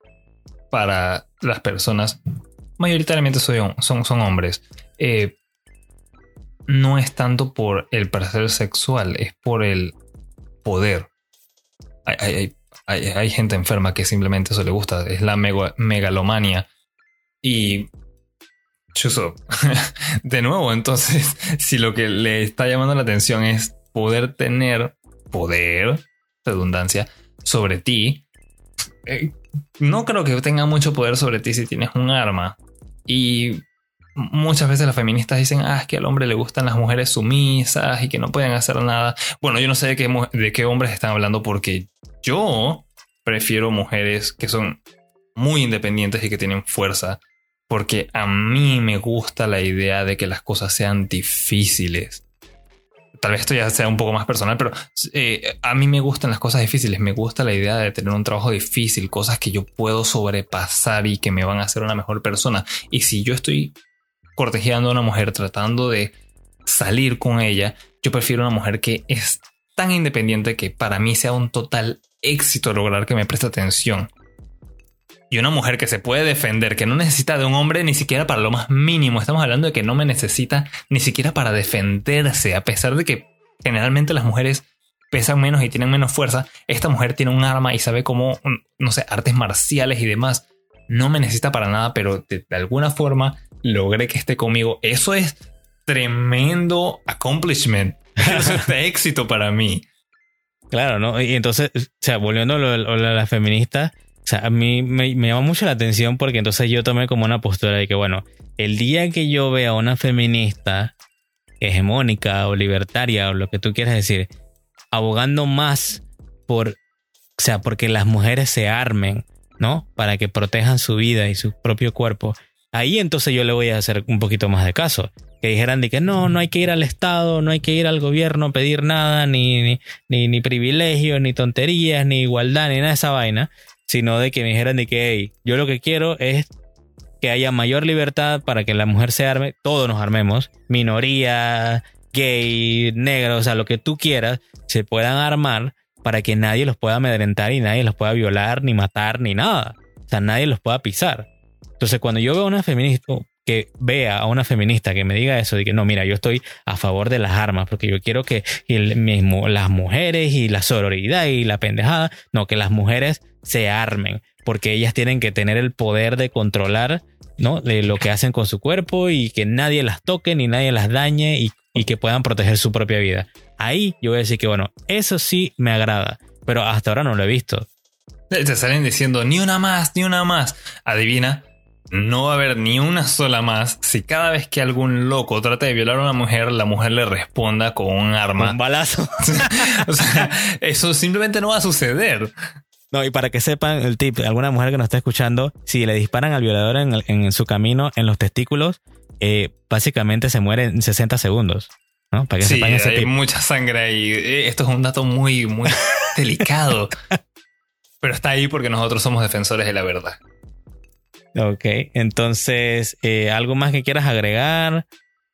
S2: para las personas, mayoritariamente son, son, son hombres, eh, no es tanto por el placer sexual, es por el poder. Hay, hay, hay, hay gente enferma que simplemente eso le gusta, es la mega, megalomania. Y chuzo, de nuevo, entonces, si lo que le está llamando la atención es poder tener poder, redundancia, sobre ti, eh, no creo que tenga mucho poder sobre ti si tienes un arma. Y muchas veces las feministas dicen, ah, es que al hombre le gustan las mujeres sumisas y que no pueden hacer nada. Bueno, yo no sé de qué, de qué hombres están hablando, porque yo prefiero mujeres que son muy independientes y que tienen fuerza, porque a mí me gusta la idea de que las cosas sean difíciles. Tal vez esto ya sea un poco más personal, pero eh, a mí me gustan las cosas difíciles. Me gusta la idea de tener un trabajo difícil, cosas que yo puedo sobrepasar y que me van a hacer una mejor persona. Y si yo estoy cortejando a una mujer, tratando de salir con ella, yo prefiero una mujer que es tan independiente que para mí sea un total éxito lograr que me preste atención. Y una mujer que se puede defender, que no necesita de un hombre ni siquiera para lo más mínimo. Estamos hablando de que no me necesita ni siquiera para defenderse. A pesar de que generalmente las mujeres pesan menos y tienen menos fuerza, esta mujer tiene un arma y sabe cómo, no sé, artes marciales y demás. No me necesita para nada, pero de, de alguna forma logré que esté conmigo. Eso es tremendo accomplishment. Eso es de éxito para mí.
S1: Claro, ¿no? Y entonces, o sea, volviendo a, lo, a la feminista, o sea, a mí me, me llama mucho la atención porque entonces yo tomé como una postura de que, bueno, el día que yo vea a una feminista hegemónica o libertaria o lo que tú quieras decir, abogando más por, o sea, porque las mujeres se armen, ¿no? Para que protejan su vida y su propio cuerpo, ahí entonces yo le voy a hacer un poquito más de caso. Que dijeran de que no, no hay que ir al Estado, no hay que ir al gobierno a pedir nada, ni, ni, ni, ni privilegios, ni tonterías, ni igualdad, ni nada de esa vaina, sino de que me dijeran de que hey, yo lo que quiero es que haya mayor libertad para que la mujer se arme, todos nos armemos, minoría, gay, negro, o sea, lo que tú quieras, se puedan armar para que nadie los pueda amedrentar y nadie los pueda violar, ni matar, ni nada. O sea, nadie los pueda pisar. Entonces, cuando yo veo a una feminista, que vea a una feminista que me diga eso, de que no, mira, yo estoy a favor de las armas, porque yo quiero que el mismo, las mujeres y la sororidad y la pendejada, no, que las mujeres se armen, porque ellas tienen que tener el poder de controlar ¿no? De lo que hacen con su cuerpo y que nadie las toque ni nadie las dañe y, y que puedan proteger su propia vida. Ahí yo voy a decir que, bueno, eso sí me agrada, pero hasta ahora no lo he visto.
S2: Te salen diciendo ni una más, ni una más. Adivina, no va a haber ni una sola más si cada vez que algún loco trata de violar a una mujer, la mujer le responda con un arma.
S1: Un balazo.
S2: O sea, eso simplemente no va a suceder.
S1: No, y para que sepan el tip, alguna mujer que nos está escuchando, si le disparan al violador en, el, en su camino, en los testículos, eh, básicamente se muere en sesenta segundos, ¿no? Para que
S2: sí,
S1: sepan ese
S2: hay
S1: tip.
S2: Mucha sangre ahí. Esto es un dato muy, muy delicado. Pero está ahí porque nosotros somos defensores de la verdad.
S1: Ok, entonces, eh, ¿algo más que quieras agregar?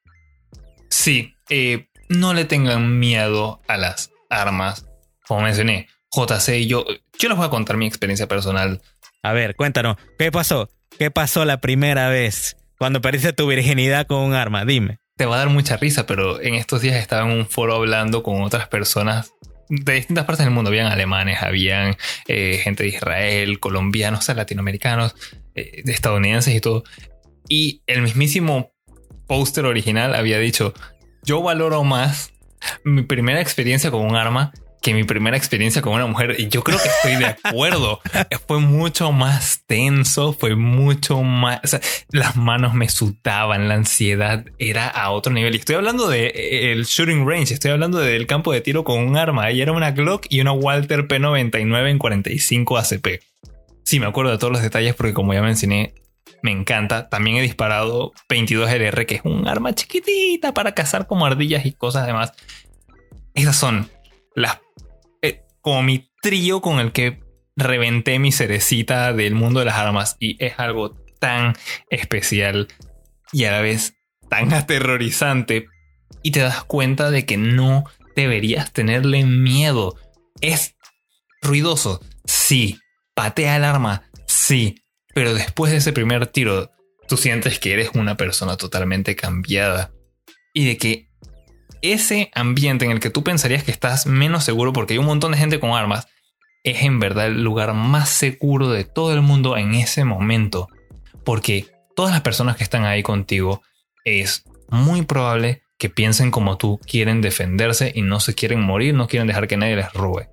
S2: Sí, eh, no le tengan miedo a las armas. Como mencioné, J C, yo, yo les voy a contar mi experiencia personal.
S1: A ver, cuéntanos, ¿qué pasó? ¿Qué pasó la primera vez cuando perdiste tu virginidad con un arma? Dime.
S2: Te va a dar mucha risa, pero en estos días estaba en un foro hablando con otras personas de distintas partes del mundo. Habían alemanes, habían eh, gente de Israel, colombianos, o sea, latinoamericanos, eh, estadounidenses y todo. Y el mismísimo póster original había dicho: yo valoro más mi primera experiencia con un arma que mi primera experiencia con una mujer. Y yo creo que estoy de acuerdo. Fue mucho más tenso, fue mucho más... O sea, las manos me sudaban, la ansiedad era a otro nivel. Y estoy hablando de el shooting range, estoy hablando del campo de tiro con un arma. Y era una Glock y una Walther P noventa y nueve en cuarenta y cinco A C P. Sí, me acuerdo de todos los detalles porque, como ya mencioné, me encanta. También he disparado veintidós L R, que es un arma chiquitita para cazar como ardillas y cosas demás. Esas son las... Eh, como mi trío con el que reventé mi cerecita del mundo de las armas. Y es algo tan especial y a la vez tan aterrorizante. Y te das cuenta de que no deberías tenerle miedo. Es ruidoso, sí. Patea el arma, sí. Pero después de ese primer tiro, tú sientes que eres una persona totalmente cambiada. Y de que ese ambiente en el que tú pensarías que estás menos seguro porque hay un montón de gente con armas, es en verdad el lugar más seguro de todo el mundo en ese momento. Porque todas las personas que están ahí contigo es muy probable que piensen como tú, quieren defenderse y no se quieren morir, no quieren dejar que nadie les robe.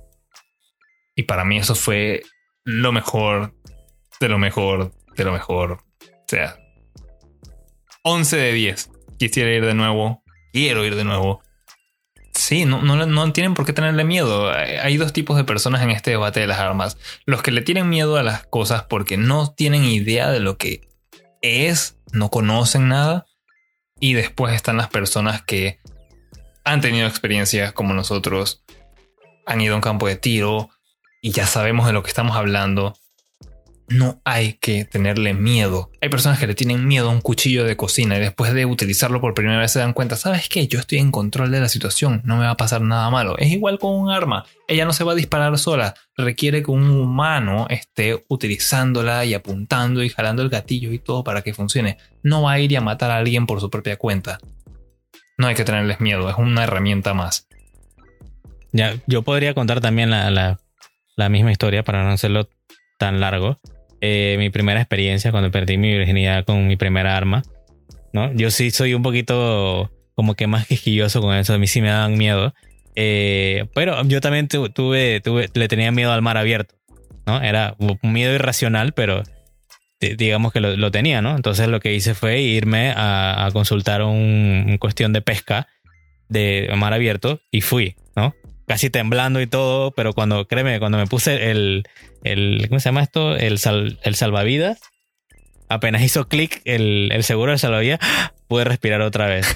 S2: Y para mí eso fue lo mejor, de lo mejor, de lo mejor. O sea, once de diez. Quisiera ir de nuevo. Quiero ir de nuevo. Sí, no, no, no tienen por qué tenerle miedo. Hay dos tipos de personas en este debate de las armas. Los que le tienen miedo a las cosas porque no tienen idea de lo que es, no conocen nada. Y después están las personas que han tenido experiencias como nosotros, han ido a un campo de tiro y ya sabemos de lo que estamos hablando. No hay que tenerle miedo. Hay personas que le tienen miedo a un cuchillo de cocina y después de utilizarlo por primera vez se dan cuenta, ¿sabes qué? Yo estoy en control de la situación, no me va a pasar nada malo. Es igual con un arma. Ella no se va a disparar sola. Requiere que un humano esté utilizándola y apuntando y jalando el gatillo y todo para que funcione. No va a ir y a matar a alguien por su propia cuenta. No hay que tenerles miedo, es una herramienta más.
S1: Ya, yo podría contar también la, la, la misma historia para no hacerlo tan largo. Eh, mi primera experiencia cuando perdí mi virginidad con mi primera arma, ¿no? Yo sí soy un poquito como que más quisquilloso con eso. A mí sí me dan miedo. Eh, pero yo también tu, tuve, tuve, le tenía miedo al mar abierto, ¿no? Era un miedo irracional, pero digamos que lo, lo tenía, ¿no? Entonces lo que hice fue irme a, a consultar un, un cuestión de pesca de mar abierto y fui, ¿no? Casi temblando y todo, pero cuando, créeme, cuando me puse el, el ¿cómo se llama esto? El, sal, el salvavidas, apenas hizo clic el, el seguro del salvavidas, pude respirar otra vez.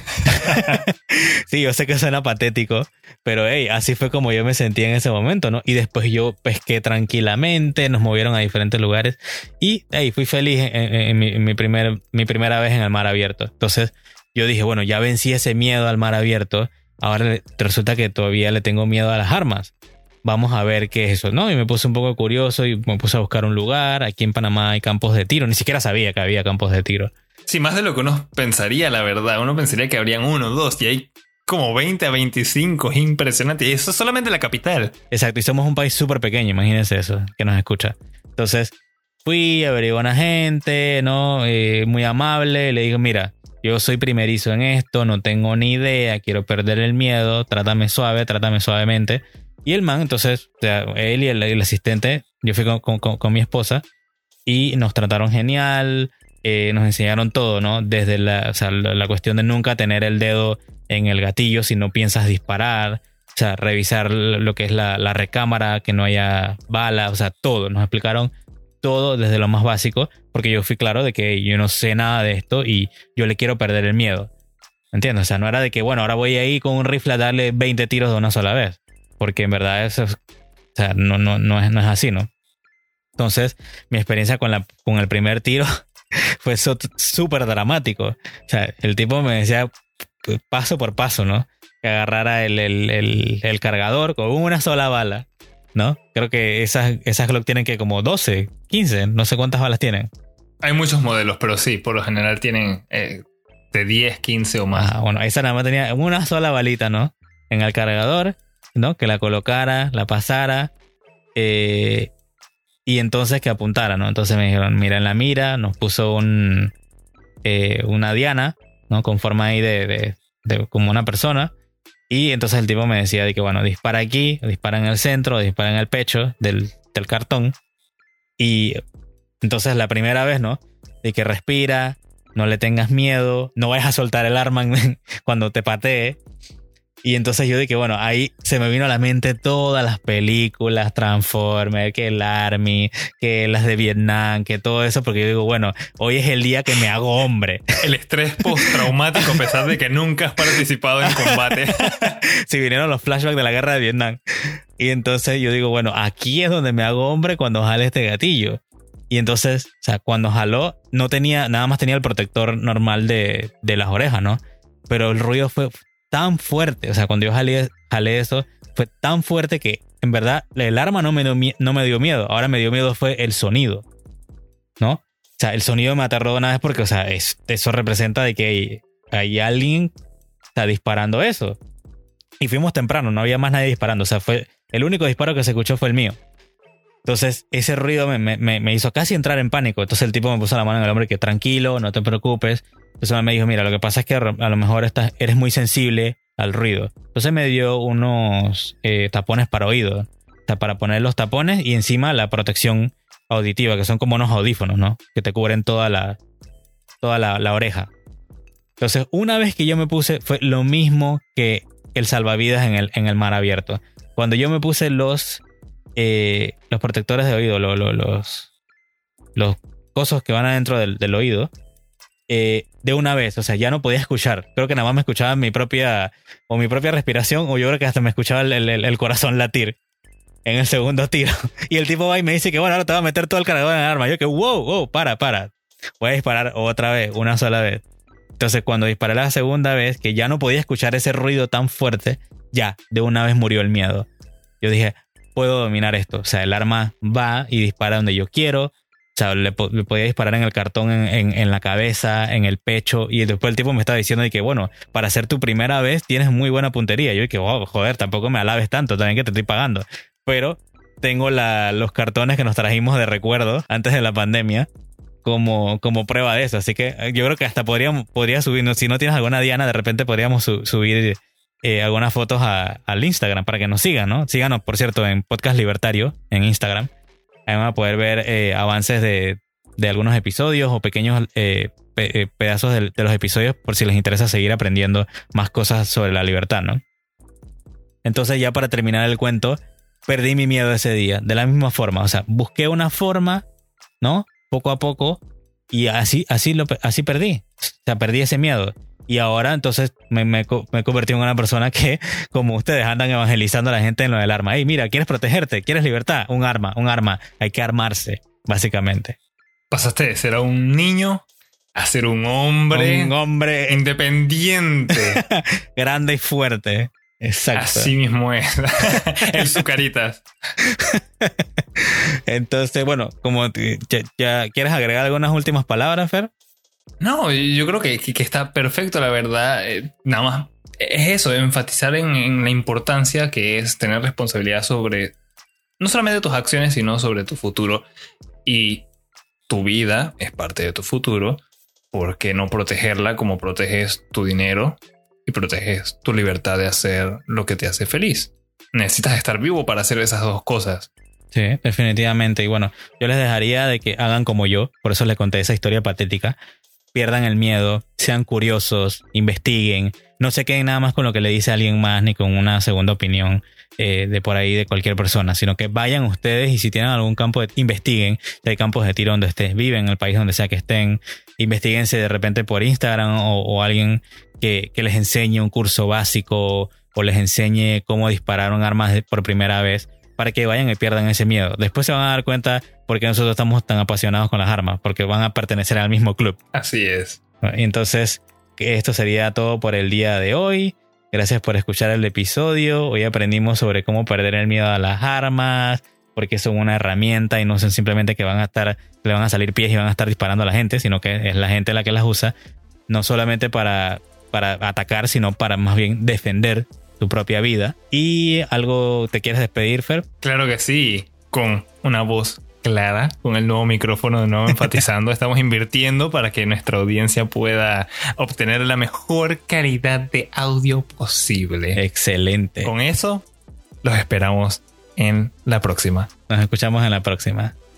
S1: Sí, yo sé que suena patético, pero hey, así fue como yo me sentí en ese momento, ¿no? Y después yo pesqué tranquilamente, nos movieron a diferentes lugares y hey, fui feliz en, en, en, mi, en mi, primer, mi primera vez en el mar abierto. Entonces yo dije, bueno, ya vencí ese miedo al mar abierto. Ahora resulta que todavía le tengo miedo a las armas. Vamos a ver qué es eso, ¿no? Y me puse un poco curioso y me puse a buscar un lugar. Aquí en Panamá hay campos de tiro. Ni siquiera sabía que había campos de tiro.
S2: Sí, más de lo que uno pensaría, la verdad. Uno pensaría que habrían uno, dos, y hay como veinte a veinticinco. Es impresionante. Y eso es solamente la capital.
S1: Exacto. Y somos un país súper pequeño. Imagínense eso, que nos escucha. Entonces, fui, averigué a una gente, ¿no? Eh, muy amable. Le digo, mira, yo soy primerizo en esto, no tengo ni idea, quiero perder el miedo, trátame suave, trátame suavemente. Y el man, entonces, o sea, él y el, el asistente, yo fui con, con, con mi esposa y nos trataron genial, eh, nos enseñaron todo, ¿no? Desde la, o sea, la, la cuestión de nunca tener el dedo en el gatillo si no piensas disparar, o sea, revisar lo que es la, la recámara, que no haya bala, o sea, todo, nos explicaron todo desde lo más básico, porque yo fui claro de que yo no sé nada de esto y yo le quiero perder el miedo, ¿entiendes? O sea, no era de que, bueno, ahora voy ahí con un rifle a darle veinte tiros de una sola vez, porque en verdad eso es, o sea, no, no, no, es, no es así, ¿no? Entonces, mi experiencia con, la, con el primer tiro fue súper dramático. O sea, el tipo me decía paso por paso, ¿no? Que agarrara el, el, el, el cargador con una sola bala, ¿no? Creo que esas, esas Glock tienen que como doce, quince, no sé cuántas balas tienen.
S2: Hay muchos modelos, pero sí, por lo general tienen eh, de diez, quince o más.
S1: Ah, bueno, esa nada más tenía una sola balita, ¿no? En el cargador, ¿no? Que la colocara, la pasara, eh, y entonces que apuntara, ¿no? Entonces me dijeron, mira en la mira, nos puso un, eh, una diana, ¿no? Con forma ahí de, de, de como una persona. Y entonces el tipo me decía de que, bueno, dispara aquí, dispara en el centro, dispara en el pecho del, del cartón. Y entonces la primera vez, ¿no? De que respira, no le tengas miedo, no vayas a soltar el arma cuando te patee. Y entonces yo dije, bueno, ahí se me vino a la mente todas las películas, Transformers, que el Army, que las de Vietnam, que todo eso, porque yo digo, bueno, hoy es el día que me hago hombre.
S2: El estrés postraumático a pesar de que nunca has participado en combate.
S1: Sí, vinieron los flashbacks de la guerra de Vietnam. Y entonces yo digo, bueno, aquí es donde me hago hombre cuando jale este gatillo. Y entonces, o sea, cuando jaló, no tenía, nada más tenía el protector normal de, de las orejas, ¿no? Pero el ruido fue tan fuerte, o sea, cuando yo jalé, jalé eso, fue tan fuerte que en verdad el arma no me, dio, no me dio miedo. Ahora me dio miedo fue el sonido, ¿no? O sea, el sonido me aterró una vez porque, o sea, es, eso representa de que hay, hay alguien está disparando eso. Y fuimos temprano, no había más nadie disparando. O sea, fue el único disparo que se escuchó fue el mío. Entonces, ese ruido me, me, me hizo casi entrar en pánico. Entonces el tipo me puso la mano en el hombro y que tranquilo, no te preocupes. Entonces me dijo, mira, lo que pasa es que a lo mejor estás, eres muy sensible al ruido. Entonces me dio unos eh, tapones para oído. O sea, para poner los tapones y encima la protección auditiva, que son como unos audífonos, ¿no? Que te cubren toda la, toda la, la oreja. Entonces, una vez que yo me puse, fue lo mismo que el salvavidas en el, en el mar abierto. Cuando yo me puse los, eh, los protectores de oído, lo, lo, los, los cosos que van adentro del, del oído, Eh, de una vez, o sea, ya no podía escuchar. Creo que nada más me escuchaba mi propia o mi propia respiración, o yo creo que hasta me escuchaba el, el, el corazón latir en el segundo tiro. Y el tipo va y me dice que bueno, ahora te va a meter todo el cargador en el arma. Yo que wow, wow, para, para. Voy a disparar otra vez, una sola vez. Entonces cuando disparé la segunda vez, que ya no podía escuchar ese ruido tan fuerte, ya, de una vez murió el miedo. Yo dije, puedo dominar esto. O sea, el arma va y dispara donde yo quiero. O sea, le, le podía disparar en el cartón, en, en, en la cabeza, en el pecho. Y después el tipo me estaba diciendo de que, bueno, para hacer tu primera vez tienes muy buena puntería. Yo dije, oh, joder, tampoco me alabes tanto, también que te estoy pagando. Pero tengo la, los cartones que nos trajimos de recuerdo antes de la pandemia como, como prueba de eso. Así que yo creo que hasta podríamos podría subir, si no tienes alguna diana, de repente podríamos su, subir eh, algunas fotos a, al Instagram para que nos sigan, ¿no? Síganos, por cierto, en Podcast Libertario, en Instagram. Ahí van a poder ver eh, avances de, de algunos episodios o pequeños eh, pe- eh, pedazos de, de los episodios por si les interesa seguir aprendiendo más cosas sobre la libertad, ¿no? Entonces ya para terminar el cuento, perdí mi miedo ese día, de la misma forma. O sea, busqué una forma, ¿no? Poco a poco y así, así, lo, así perdí. O sea, perdí ese miedo. Y ahora entonces me, me, me he convertido en una persona que, como ustedes, andan evangelizando a la gente en lo del arma. Hey, mira, ¿quieres protegerte? ¿Quieres libertad? Un arma, un arma. Hay que armarse, básicamente.
S2: Pasaste de ser un niño a ser un hombre...
S1: Un hombre...
S2: independiente.
S1: Grande y fuerte. Exacto.
S2: Así mismo es. El Zucaritas.
S1: Entonces, bueno, como ya, ya quieres agregar algunas últimas palabras, Fer.
S2: No, yo creo que, que está perfecto, la verdad. Eh, nada más es eso, enfatizar en, en la importancia que es tener responsabilidad sobre no solamente tus acciones, sino sobre tu futuro. Y tu vida es parte de tu futuro. ¿Por qué no protegerla como proteges tu dinero y proteges tu libertad de hacer lo que te hace feliz? Necesitas estar vivo para hacer esas dos cosas.
S1: Sí, definitivamente. Y bueno, yo les dejaría de que hagan como yo. Por eso les conté esa historia patética. Pierdan el miedo, sean curiosos, investiguen. No se queden nada más con lo que le dice alguien más ni con una segunda opinión eh, de por ahí de cualquier persona, sino que vayan ustedes y si tienen algún campo, de, investiguen. Si hay campos de tiro donde ustedes viven, en el país donde sea que estén, investiguense de repente por Instagram o, o alguien que, que les enseñe un curso básico o les enseñe cómo disprar un arma por primera vez, para que vayan y pierdan ese miedo. Después se van a dar cuenta por qué nosotros estamos tan apasionados con las armas, porque van a pertenecer al mismo club.
S2: Así es.
S1: Y entonces, esto sería todo por el día de hoy. Gracias por escuchar el episodio. Hoy aprendimos sobre cómo perder el miedo a las armas, porque son una herramienta y no son simplemente que van a estar, le van a salir pies y van a estar disparando a la gente, sino que es la gente la que las usa, no solamente para, para atacar, sino para más bien defender tu propia vida. ¿Y algo te quieres despedir, Fer?
S2: Claro que sí, con una voz clara, con el nuevo micrófono de nuevo enfatizando. Estamos invirtiendo para que nuestra audiencia pueda obtener la mejor calidad de audio posible.
S1: Excelente.
S2: Con eso, los esperamos en la próxima.
S1: Nos escuchamos en la próxima.